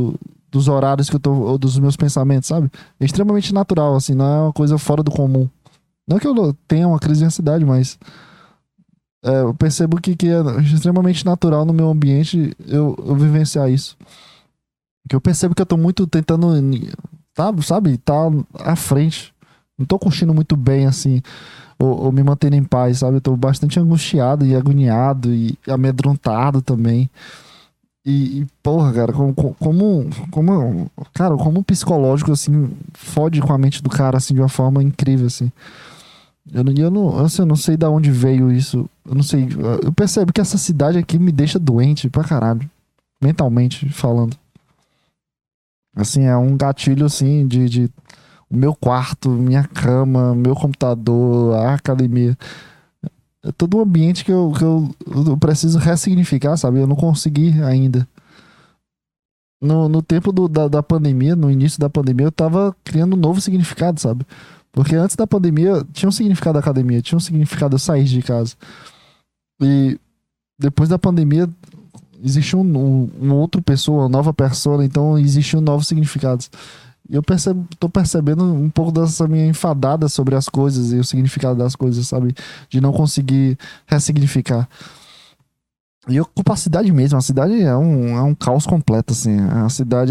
dos horários que eu tô, ou dos meus pensamentos, sabe? É extremamente natural, assim, não é uma coisa fora do comum. Não que eu tenha uma crise de ansiedade, mas eu percebo que é extremamente natural no meu ambiente eu vivenciar isso. Que eu percebo que eu tô muito tentando, tá, sabe, tá à frente. Não tô curtindo muito bem, assim, ou me mantendo em paz, sabe? Eu tô bastante angustiado e agoniado e amedrontado também. Porra, cara, cara, como o psicológico, assim, fode com a mente do cara, assim, de uma forma incrível, assim. Assim, eu não sei de onde veio isso. Eu não sei. Eu percebo que essa cidade aqui me deixa doente pra caralho. Mentalmente falando. Assim, é um gatilho, assim, de o meu quarto, minha cama, meu computador, a academia. É todo um ambiente que eu preciso ressignificar, sabe? Eu não consegui ainda. No tempo da pandemia, no início da pandemia, eu tava criando um novo significado, sabe? Porque antes da pandemia, tinha um significado da academia, tinha um significado eu sair de casa. E depois da pandemia, existiu um outro pessoa, uma nova persona, então existiam novos significados. E tô percebendo um pouco dessa minha enfadada sobre as coisas e o significado das coisas, sabe? De não conseguir ressignificar. E ocupa a cidade mesmo. A cidade é um caos completo, assim. A cidade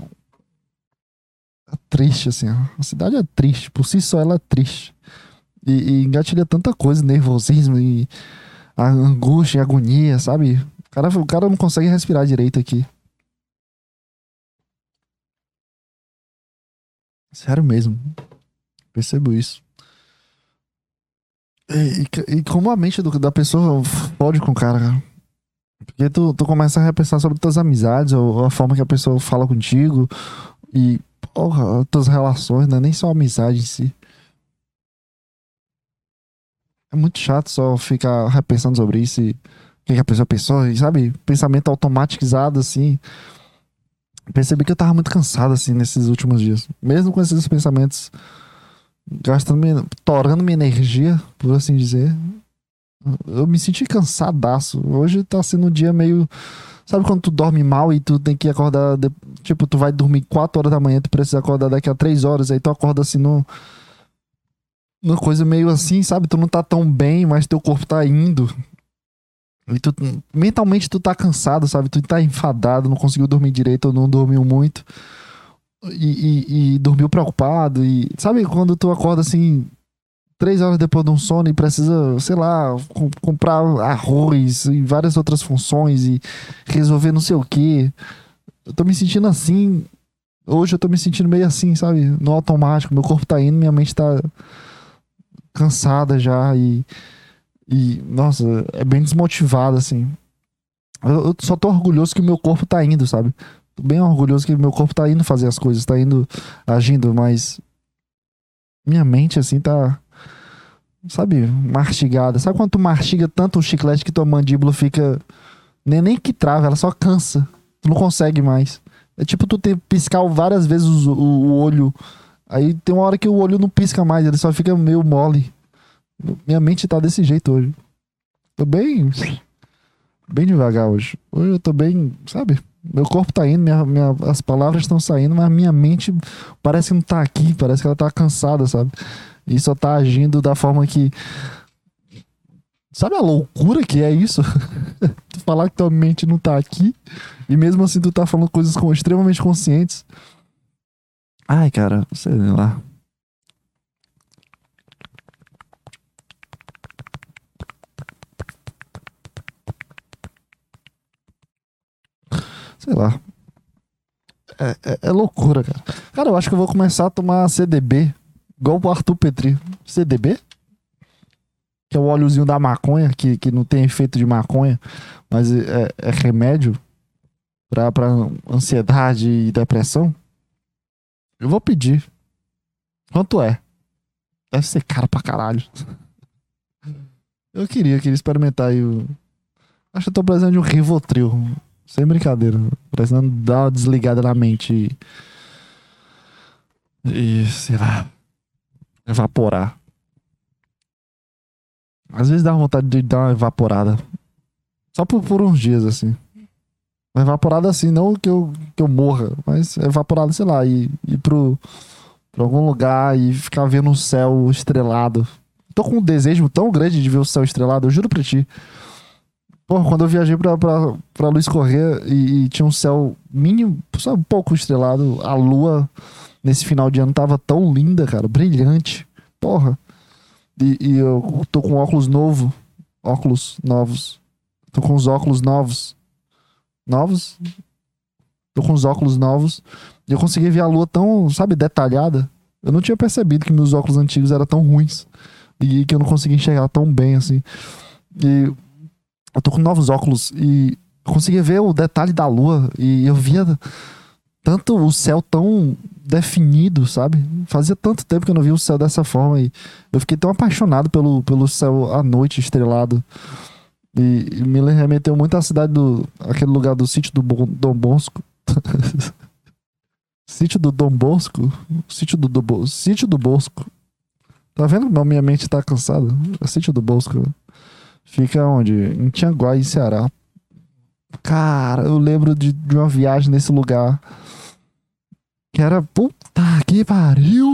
é triste, assim. A cidade é triste. Por si só, ela é triste. E engatilha tanta coisa, nervosismo e a angústia e agonia, sabe? O cara não consegue respirar direito aqui. Sério mesmo. Percebo isso. E como a mente da pessoa fode com o cara. Porque tu começa a repensar sobre tuas amizades, ou a forma que a pessoa fala contigo, e, porra, tuas relações, né? Nem só a amizade em si. É muito chato só ficar repensando sobre isso e o que a pessoa pensou, e, sabe? Pensamento automatizado, assim. Percebi que eu tava muito cansado, assim, nesses últimos dias. Mesmo com esses pensamentos torando minha energia, por assim dizer. Eu me senti cansadaço. Hoje tá sendo um dia meio. Sabe quando tu dorme mal e tu tem que acordar. Tipo, tu vai dormir 4 horas da manhã, tu precisa acordar daqui a 3 horas, aí tu acorda assim numa coisa meio assim, sabe? Tu não tá tão bem, mas teu corpo tá indo. E mentalmente tu tá cansado, sabe? Tu tá enfadado, não conseguiu dormir direito ou não dormiu muito. E dormiu preocupado. E sabe quando tu acorda assim 3 horas depois de um sono e precisa, sei lá, comprar arroz e várias outras funções e resolver não sei o quê. Eu tô me sentindo assim. Hoje eu tô me sentindo meio assim, sabe? No automático. Meu corpo tá indo, minha mente tá cansada já nossa, é bem desmotivada, assim. Eu só tô orgulhoso que o meu corpo tá indo, sabe? Tô bem orgulhoso que o meu corpo tá indo fazer as coisas, tá indo agindo, mas minha mente, assim, tá, sabe, mastigada. Sabe quando tu mastiga tanto o chiclete que tua mandíbula fica. Nem que trava, ela só cansa. Tu não consegue mais. É tipo tu ter piscar várias vezes o olho. Aí tem uma hora que o olho não pisca mais, ele só fica meio mole. Minha mente tá desse jeito hoje. Tô bem devagar hoje. Hoje eu tô bem, sabe? Meu corpo tá indo, as palavras estão saindo, mas minha mente parece que não tá aqui, parece que ela tá cansada, sabe? E só tá agindo da forma que. Sabe a loucura que é isso? Tu falar que tua mente não tá aqui e mesmo assim tu tá falando coisas extremamente conscientes. Ai, cara, sei lá. Sei lá. É loucura, cara. Cara, eu acho que eu vou começar a tomar CDB, igual o Arthur Petri. CDB? Que é o óleozinho da maconha, que não tem efeito de maconha, mas é remédio pra ansiedade e depressão. Eu vou pedir. Quanto é? Deve ser caro pra caralho. Eu queria experimentar aí o. Acho que eu tô precisando de um Rivotril. Sem brincadeira. Precisando dar uma desligada na mente sei lá, evaporar. Às vezes dá vontade de dar uma evaporada. Só por uns dias, assim. Evaporada assim, não que eu morra, mas evaporada, sei lá, ir pra algum lugar e ficar vendo o céu estrelado. Tô com um desejo tão grande de ver o céu estrelado, eu juro pra ti. Porra, quando eu viajei pra Luiz Correia e tinha um céu mínimo, só um pouco estrelado, a lua nesse final de ano tava tão linda, cara, brilhante. Porra. E eu tô com óculos novo, óculos novos. Tô com os óculos novos. Novos? Tô com os óculos novos. E eu consegui ver a lua tão, sabe, detalhada. Eu não tinha percebido que meus óculos antigos eram tão ruins. E que eu não conseguia enxergar tão bem, assim. E eu tô com novos óculos e eu conseguia ver o detalhe da lua. E eu via tanto o céu tão definido, sabe? Fazia tanto tempo que eu não via o céu dessa forma. E eu fiquei tão apaixonado pelo céu à noite estrelado. E me remeteu muito à cidade aquele lugar do sítio do Dom Bosco. Sítio do Dom Bosco? Sítio do Bosco. Tá vendo como a minha mente tá cansada? É Sítio do Bosco. Fica onde? Em Tianguá, em Ceará. Cara, eu lembro de uma viagem nesse lugar que era. Puta que pariu!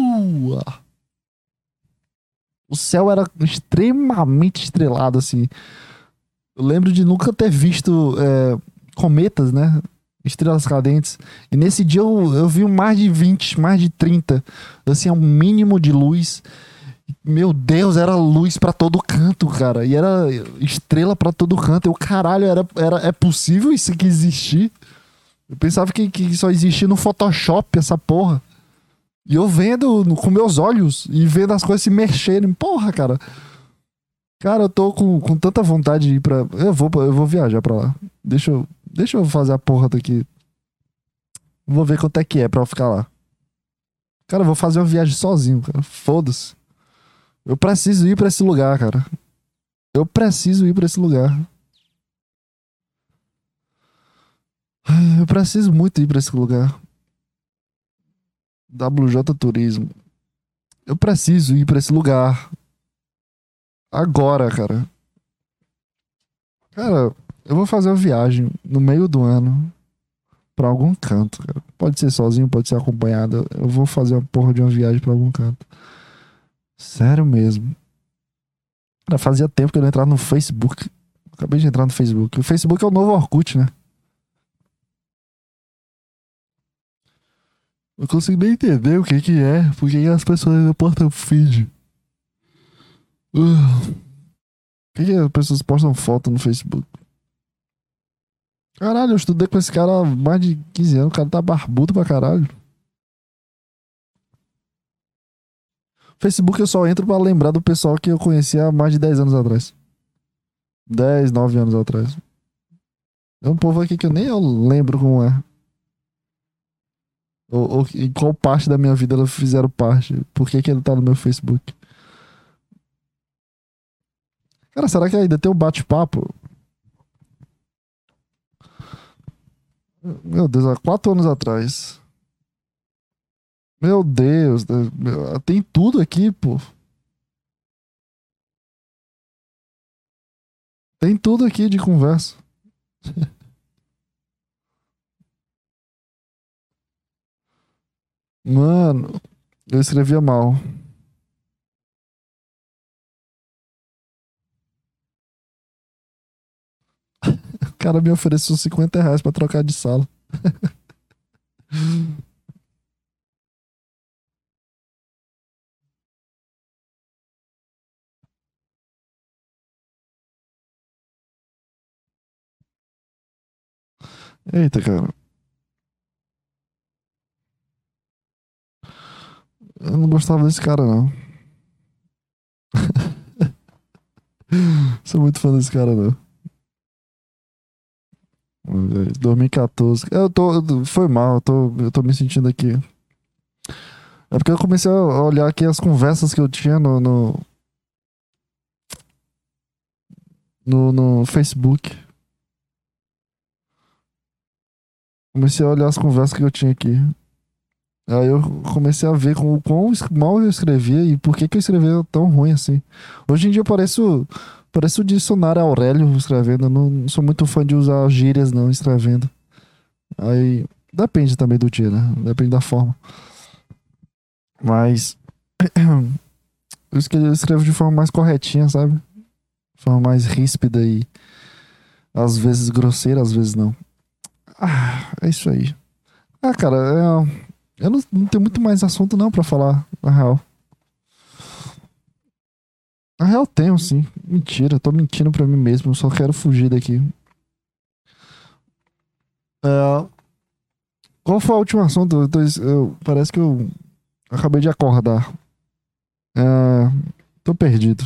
O céu era extremamente estrelado, assim. Eu lembro de nunca ter visto cometas, né? Estrelas cadentes. E nesse dia eu vi mais de 20, mais de 30. Assim, um mínimo de luz. Meu Deus, era luz pra todo canto, cara. E era estrela pra todo canto. Eu, caralho, é possível isso aqui existir? Eu pensava que só existia no Photoshop essa porra. E eu vendo com meus olhos e vendo as coisas se mexerem. Porra, cara. Cara, eu tô com tanta vontade de ir pra. Eu vou viajar pra lá. Deixa eu fazer a porra daqui. Vou ver quanto é que é pra eu ficar lá. Cara, eu vou fazer uma viagem sozinho, cara. Foda-se. Eu preciso ir pra esse lugar, cara. Eu preciso ir pra esse lugar. Eu preciso muito ir pra esse lugar. WJ Turismo. Eu preciso ir pra esse lugar. Agora, cara. Cara, eu vou fazer uma viagem no meio do ano pra algum canto, cara. Pode ser sozinho, pode ser acompanhado. Eu vou fazer uma porra de uma viagem pra algum canto. Sério mesmo. Cara, fazia tempo que eu não entrava no Facebook. Acabei de entrar no Facebook. O Facebook é o novo Orkut, né? Não consigo nem entender o que que é. Por que as pessoas não postam feed? Por que as pessoas postam foto no Facebook? Caralho, eu estudei com esse cara há mais de 15 anos. O cara tá barbudo pra caralho. Facebook eu só entro pra lembrar do pessoal que eu conhecia há mais de 10 anos atrás. 10, 9 anos atrás. É um povo aqui que eu nem eu lembro como é. Ou em qual parte da minha vida eles fizeram parte. Por que que ele tá no meu Facebook? Cara, será que ainda tem um bate-papo? Meu Deus, há 4 anos atrás. Meu Deus, tem tudo aqui, pô. Tem tudo aqui de conversa. Mano, eu escrevia mal. O cara me ofereceu R$ 50 pra trocar de sala. Eita, cara. Eu não gostava desse cara, não. Sou muito fã desse cara, não. 2014. Foi mal, eu tô me sentindo aqui. É porque eu comecei a olhar aqui as conversas que eu tinha no Facebook. Comecei a olhar as conversas que eu tinha aqui. Aí eu comecei a ver com o quão mal eu escrevia e por que que eu escrevia tão ruim assim. Hoje em dia parece o dicionário Aurélio escrevendo. Eu não sou muito fã de usar gírias não escrevendo. Aí depende também do dia, né? Depende da forma. Mas eu escrevo de forma mais corretinha, sabe? De forma mais ríspida e às vezes grosseira, às vezes não. É isso aí. Cara, eu não tenho muito mais assunto não pra falar, na real. Na real tenho, sim. Mentira, eu tô mentindo pra mim mesmo, eu só quero fugir daqui. É, qual foi a última assunto? Parece que eu acabei de acordar. É, tô perdido.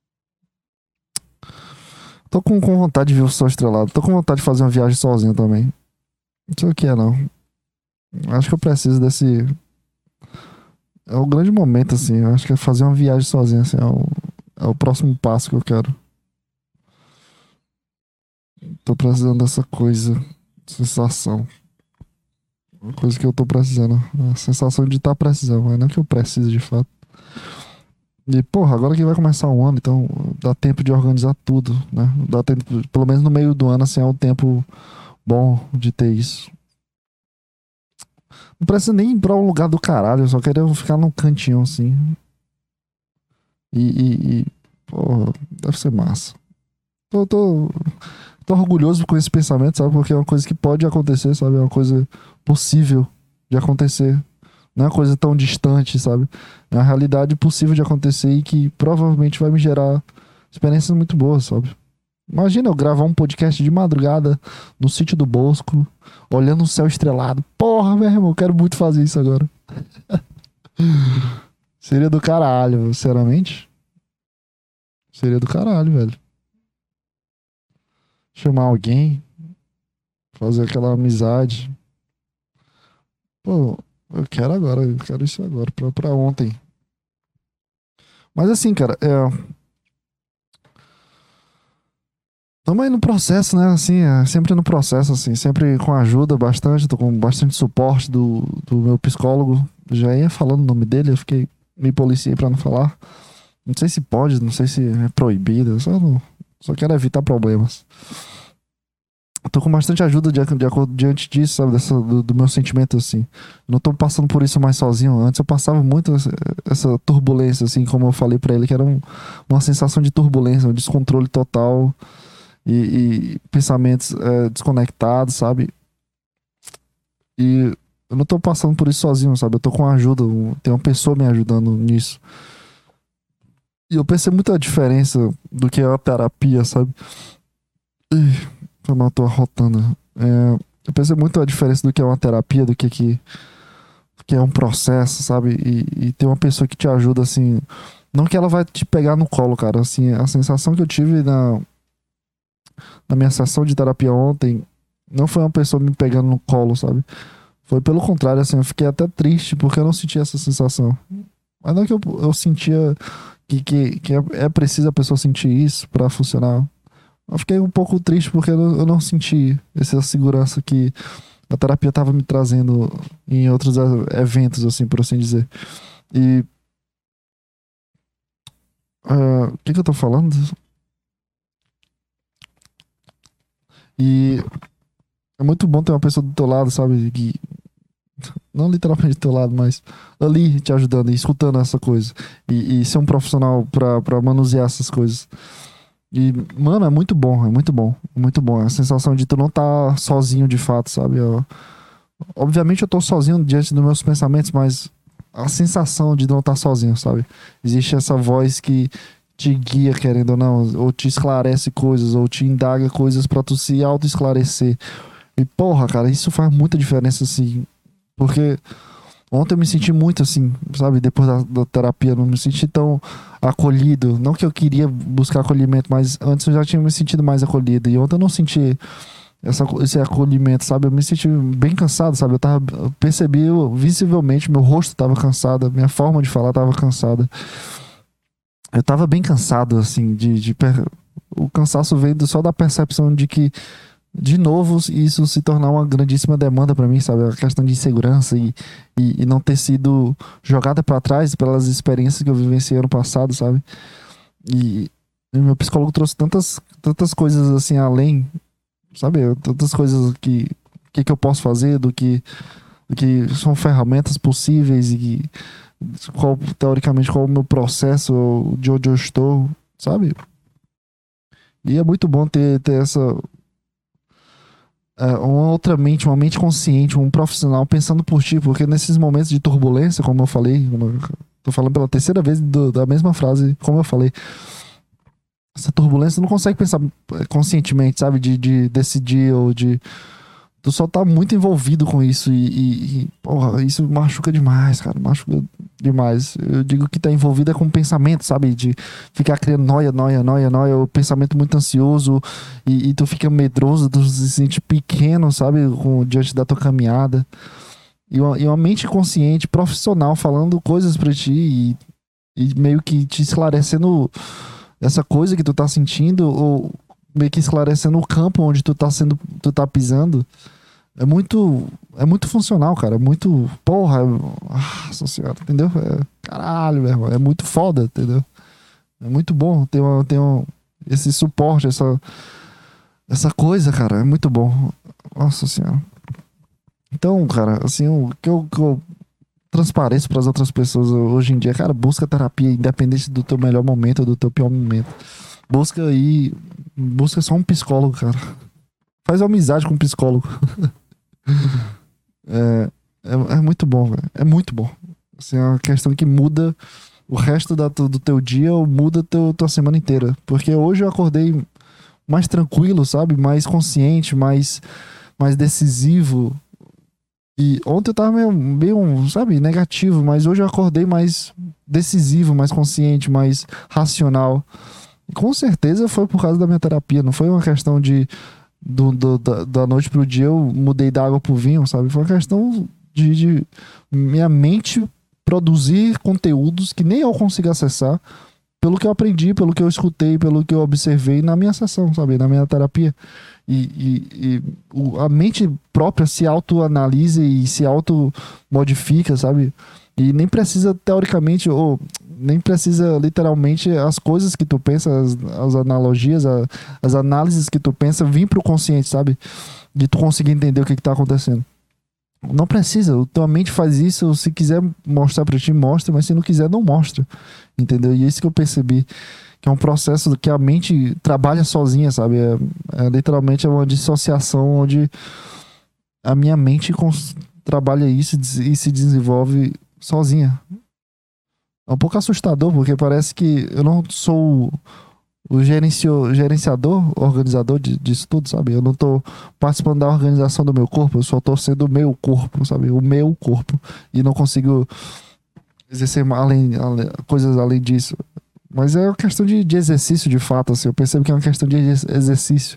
Tô com vontade de ver o sol estrelado. Tô com vontade de fazer uma viagem sozinho também. Não sei o que é, não. Acho que eu preciso desse. É o grande momento, assim. Eu acho que é fazer uma viagem sozinho, assim. É o próximo passo que eu quero. Tô precisando dessa coisa. Sensação. Uma coisa que eu tô precisando. A sensação de estar precisando, mas não que eu preciso de fato. E, porra, agora que vai começar o ano, então dá tempo de organizar tudo, né? Dá tempo, pelo menos no meio do ano, assim, é um tempo bom de ter isso. Não precisa nem ir pra um lugar do caralho, eu só queria ficar num cantinho, assim. Porra, deve ser massa. Tô, tô, tô orgulhoso com esse pensamento, sabe? Porque é uma coisa que pode acontecer, sabe? É uma coisa possível de acontecer. Não é uma coisa tão distante, sabe? É uma realidade possível de acontecer e que provavelmente vai me gerar experiências muito boas, sabe? Imagina eu gravar um podcast de madrugada no sítio do Bosco, olhando o céu estrelado. Porra, meu irmão, eu quero muito fazer isso agora. Seria do caralho, sinceramente. Seria do caralho, velho. Chamar alguém, fazer aquela amizade. Pô, eu quero agora, eu quero isso agora, pra ontem. Mas assim, cara, tamo aí no processo, né? Assim, sempre no processo, assim, sempre com ajuda bastante, tô com bastante suporte do meu psicólogo. Já ia falando o nome dele, eu fiquei me policiei pra não falar. Não sei se pode, não sei se é proibido, só quero evitar problemas. Tô com bastante ajuda diante disso, sabe? Do meu sentimento, assim. Não tô passando por isso mais sozinho. Antes eu passava muito essa turbulência, assim, como eu falei pra ele, que era uma sensação de turbulência, um descontrole total e pensamentos desconectados, sabe? E eu não tô passando por isso sozinho, sabe? Eu tô com ajuda, tem uma pessoa me ajudando nisso. E eu percebo muito a diferença do que é a terapia, sabe? Como eu tô arrotando. Eu percebo muito a diferença do que é uma terapia, do que é um processo, sabe? E ter uma pessoa que te ajuda, assim. Não que ela vai te pegar no colo, cara. Assim, a sensação que eu tive na minha sessão de terapia ontem não foi uma pessoa me pegando no colo, sabe? Foi pelo contrário, assim, eu fiquei até triste porque eu não sentia essa sensação. Mas não que eu sentia que é preciso a pessoa sentir isso pra funcionar. Eu fiquei um pouco triste porque eu não senti essa segurança que a terapia estava me trazendo em outros eventos, assim, por assim dizer. E o que eu tô falando? E é muito bom ter uma pessoa do teu lado, sabe? Que, não literalmente do teu lado, mas ali te ajudando e escutando essa coisa. E ser um profissional pra manusear essas coisas. E, mano, é muito bom, é muito bom, é muito bom. A sensação de tu não tá sozinho de fato, sabe? Obviamente eu tô sozinho diante dos meus pensamentos, mas a sensação de não estar sozinho, sabe? Existe essa voz que te guia, querendo ou não, ou te esclarece coisas, ou te indaga coisas pra tu se auto-esclarecer. E porra, cara, isso faz muita diferença, assim. Porque ontem eu me senti muito assim, sabe? Depois da terapia, não me senti tão acolhido. Não que eu queria buscar acolhimento, mas antes eu já tinha me sentido mais acolhido. E ontem eu não senti esse acolhimento, sabe? Eu me senti bem cansado, sabe? Eu percebi visivelmente, meu rosto tava cansado, minha forma de falar tava cansada. Eu tava bem cansado, assim, o cansaço veio só da percepção de que, de novo, isso se tornar uma grandíssima demanda pra mim, sabe? A questão de insegurança e não ter sido jogada pra trás pelas experiências que eu vivenciei ano passado, sabe? E meu psicólogo trouxe tantas coisas assim além, sabe? Tantas coisas que eu posso fazer, do que são ferramentas possíveis e qual, teoricamente, qual é o meu processo, de onde eu estou, sabe? E é muito bom ter essa uma outra mente, uma mente consciente, um profissional pensando por ti, porque nesses momentos de turbulência, como eu falei, tô falando pela terceira vez da mesma frase, como eu falei, essa turbulência tu não consegue pensar conscientemente, sabe? De decidir ou de. Tu só tá muito envolvido com isso porra, isso machuca demais, cara. Machuca demais. Eu digo que tá envolvido é com pensamento, sabe? De ficar criando noia, o pensamento muito ansioso e tu fica medroso, tu se sente pequeno, sabe? Diante da tua caminhada. E uma mente consciente, profissional, falando coisas pra ti e meio que te esclarecendo essa coisa que tu tá sentindo, ou meio que esclarecendo o campo onde tu tá pisando. É muito funcional, cara. É muito, porra, nossa senhora, entendeu? Caralho, meu irmão, é muito foda, entendeu? É muito bom ter esse suporte, essa coisa, cara, é muito bom. Nossa senhora. Então, cara, assim, o que eu transpareço para as outras pessoas hoje em dia, cara, busca terapia independente do teu melhor momento ou do teu pior momento. Busca aí, busca só um psicólogo, cara. Faz amizade com um psicólogo. É muito bom, velho. É muito bom. Assim, é uma questão que muda o resto do teu dia ou muda tua semana inteira. Porque hoje eu acordei mais tranquilo, sabe? Mais consciente, mais decisivo. E ontem eu tava meio, sabe, negativo, mas hoje eu acordei mais decisivo, mais consciente, mais racional. E com certeza foi por causa da minha terapia, não foi uma questão da noite pro dia eu mudei da água pro vinho, sabe? Foi uma questão de minha mente produzir conteúdos que nem eu consigo acessar, pelo que eu aprendi, pelo que eu escutei, pelo que eu observei na minha sessão, sabe? Na minha terapia. A mente própria se autoanalisa e se automodifica, sabe? E nem precisa, teoricamente, ou nem precisa literalmente as coisas que tu pensa, as analogias, as análises que tu pensa, vir pro consciente, sabe? De tu conseguir entender o que tá acontecendo. Não precisa, tua mente faz isso, se quiser mostrar pra ti, mostra, mas se não quiser, não mostra. Entendeu? E é isso que eu percebi, que é um processo que a mente trabalha sozinha, sabe? Literalmente é uma dissociação onde a minha mente trabalha isso e se desenvolve sozinha. É um pouco assustador, porque parece que eu não sou o gerenciador, organizador disso tudo, sabe? Eu não tô participando da organização do meu corpo, eu só tô sendo o meu corpo, sabe? O meu corpo. E não consigo exercer coisas além disso. Mas é uma questão de exercício, de fato, assim. Eu percebo que é uma questão de exercício.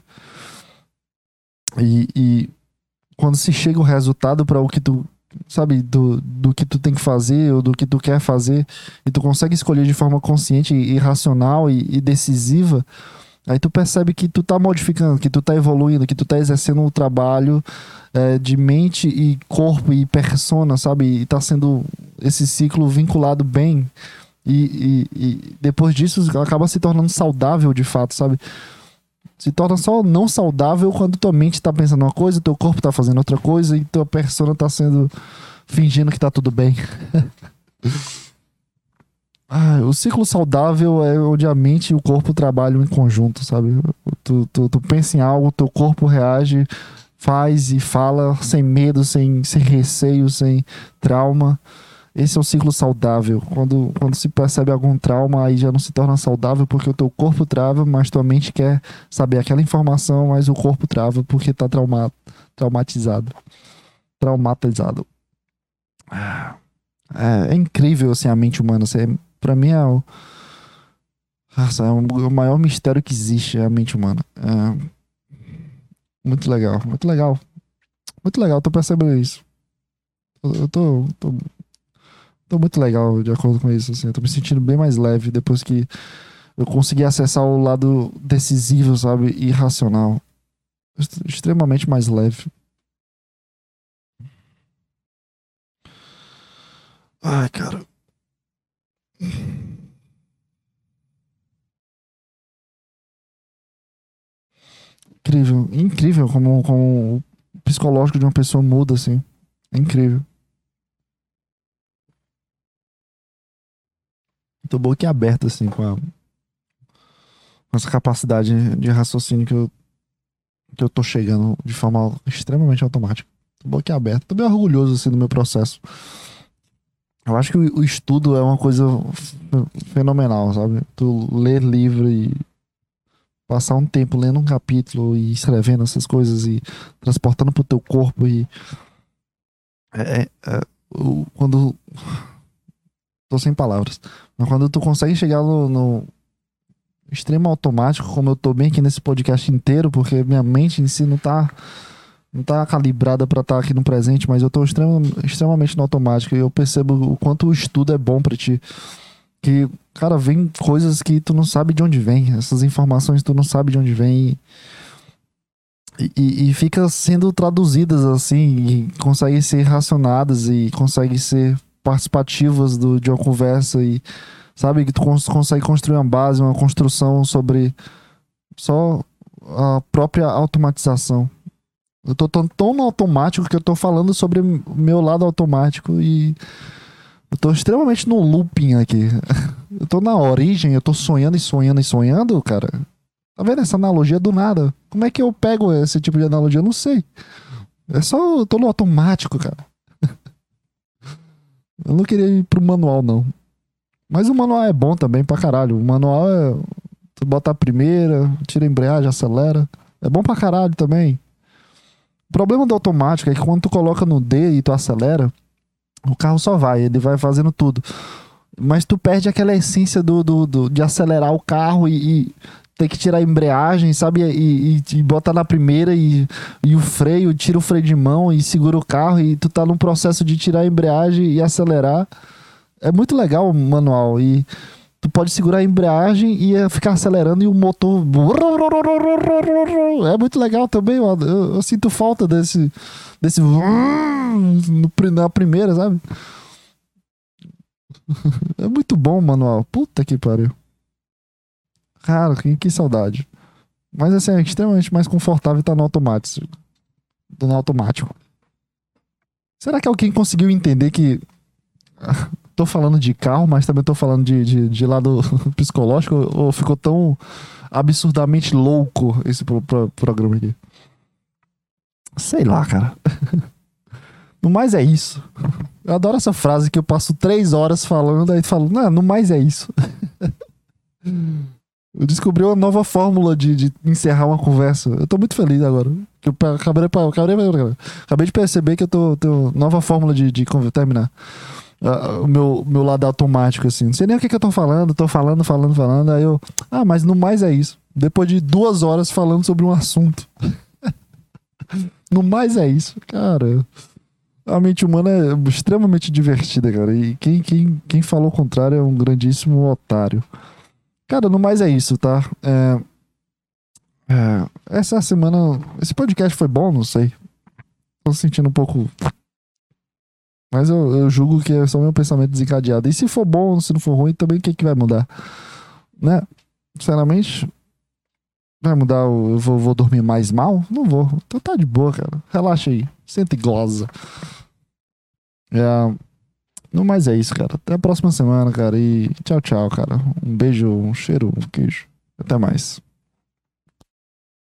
E quando se chega o resultado para o que tu, sabe, do que tu tem que fazer ou do que tu quer fazer, e tu consegue escolher de forma consciente e racional e decisiva, aí tu percebe que tu tá modificando, que tu tá evoluindo, que tu tá exercendo um trabalho de mente e corpo e persona, sabe? E tá sendo esse ciclo vinculado bem. E depois disso acaba se tornando saudável de fato, sabe? Se torna só não saudável quando tua mente tá pensando uma coisa, teu corpo tá fazendo outra coisa e tua persona tá fingindo que tá tudo bem. O ciclo saudável é onde a mente e o corpo trabalham em conjunto, sabe? Tu pensa em algo, teu corpo reage, faz e fala sem medo, sem receio, sem trauma. Esse é o ciclo saudável. Quando se percebe algum trauma, aí já não se torna saudável porque o teu corpo trava, mas tua mente quer saber aquela informação, mas o corpo trava porque tá traumatizado. Traumatizado. É incrível, assim, a mente humana. Assim, pra mim nossa, é o maior mistério que existe, é a mente humana. Muito legal, muito legal. Muito legal, tô percebendo isso. Eu tô muito legal de acordo com isso, assim. Eu tô me sentindo bem mais leve depois que eu consegui acessar o lado decisivo, sabe? E racional. Extremamente mais leve. Ai, cara. Incrível, incrível como o psicológico de uma pessoa muda, assim. É incrível. Tô boquiaberto, assim, com essa capacidade de raciocínio que eu tô chegando de forma extremamente automática. Tô boquiaberto. Tô bem orgulhoso, assim, do meu processo. Eu acho que o estudo é uma coisa fenomenal, sabe? Tu ler livro e passar um tempo lendo um capítulo e escrevendo essas coisas e transportando pro teu corpo e quando tô sem palavras, mas quando tu consegue chegar no extremo automático, como eu tô bem aqui nesse podcast inteiro, porque minha mente em si não tá calibrada pra estar aqui no presente, mas eu tô extremamente no automático e eu percebo o quanto o estudo é bom pra ti. Que, cara, vem coisas que tu não sabe de onde vem, essas informações tu não sabe de onde vem e fica sendo traduzidas assim, e conseguem ser racionadas e conseguem ser participativas de uma conversa e sabe que tu consegue construir uma base, uma construção sobre só a própria automatização. Eu tô tão no automático que eu tô falando sobre o meu lado automático e eu tô extremamente no looping aqui. Eu tô na origem, eu tô sonhando e sonhando e sonhando, cara. Tá vendo essa analogia do nada? Como é que eu pego esse tipo de analogia? Eu não sei. É só eu tô no automático, cara. Eu não queria ir pro manual, não. Mas o manual é bom também pra caralho. O manual é. Tu bota a primeira, tira a embreagem, acelera. É bom pra caralho também. O problema do automático é que quando tu coloca no D e tu acelera, o carro só vai, ele vai fazendo tudo. Mas tu perde aquela essência de acelerar o carro e ter que tirar a embreagem, sabe? E botar na primeira e o freio, tira o freio de mão e segura o carro e tu tá num processo de tirar a embreagem e acelerar. É muito legal o manual e tu pode segurar a embreagem e ficar acelerando e o motor... É muito legal também, eu sinto falta desse na primeira, sabe? É muito bom o manual. Puta que pariu. Cara, que saudade. Mas assim, é extremamente mais confortável estar no automático. No automático. Será que alguém conseguiu entender que tô falando de carro, mas também tô falando de lado psicológico? Ou ficou tão absurdamente louco esse programa aqui? Sei lá, cara. No mais é isso. Eu adoro essa frase que eu passo 3 horas falando, aí falo, não, no mais é isso. Eu descobri uma nova fórmula de encerrar uma conversa. Eu tô muito feliz agora. Eu acabei de perceber que eu tô nova fórmula de terminar. O meu lado automático, assim. Não sei nem o que eu tô falando. Tô falando. Aí eu... Ah, mas no mais é isso. Depois de 2 horas falando sobre um assunto. No mais é isso. Cara... A mente humana é extremamente divertida, cara. E quem falou o contrário é um grandíssimo otário. Cara, no mais é isso, tá? Essa semana... Esse podcast foi bom? Não sei. Tô sentindo um pouco... Mas eu julgo que é só meu pensamento desencadeado. E se for bom, se não for ruim, também o que vai mudar? Né? Sinceramente... Vai mudar eu vou dormir mais mal? Não vou. Então tá de boa, cara. Relaxa aí. Senta e goza. No mais é isso, cara. Até a próxima semana, cara. E tchau, tchau, cara. Um beijo, um cheiro, um queijo. Até mais.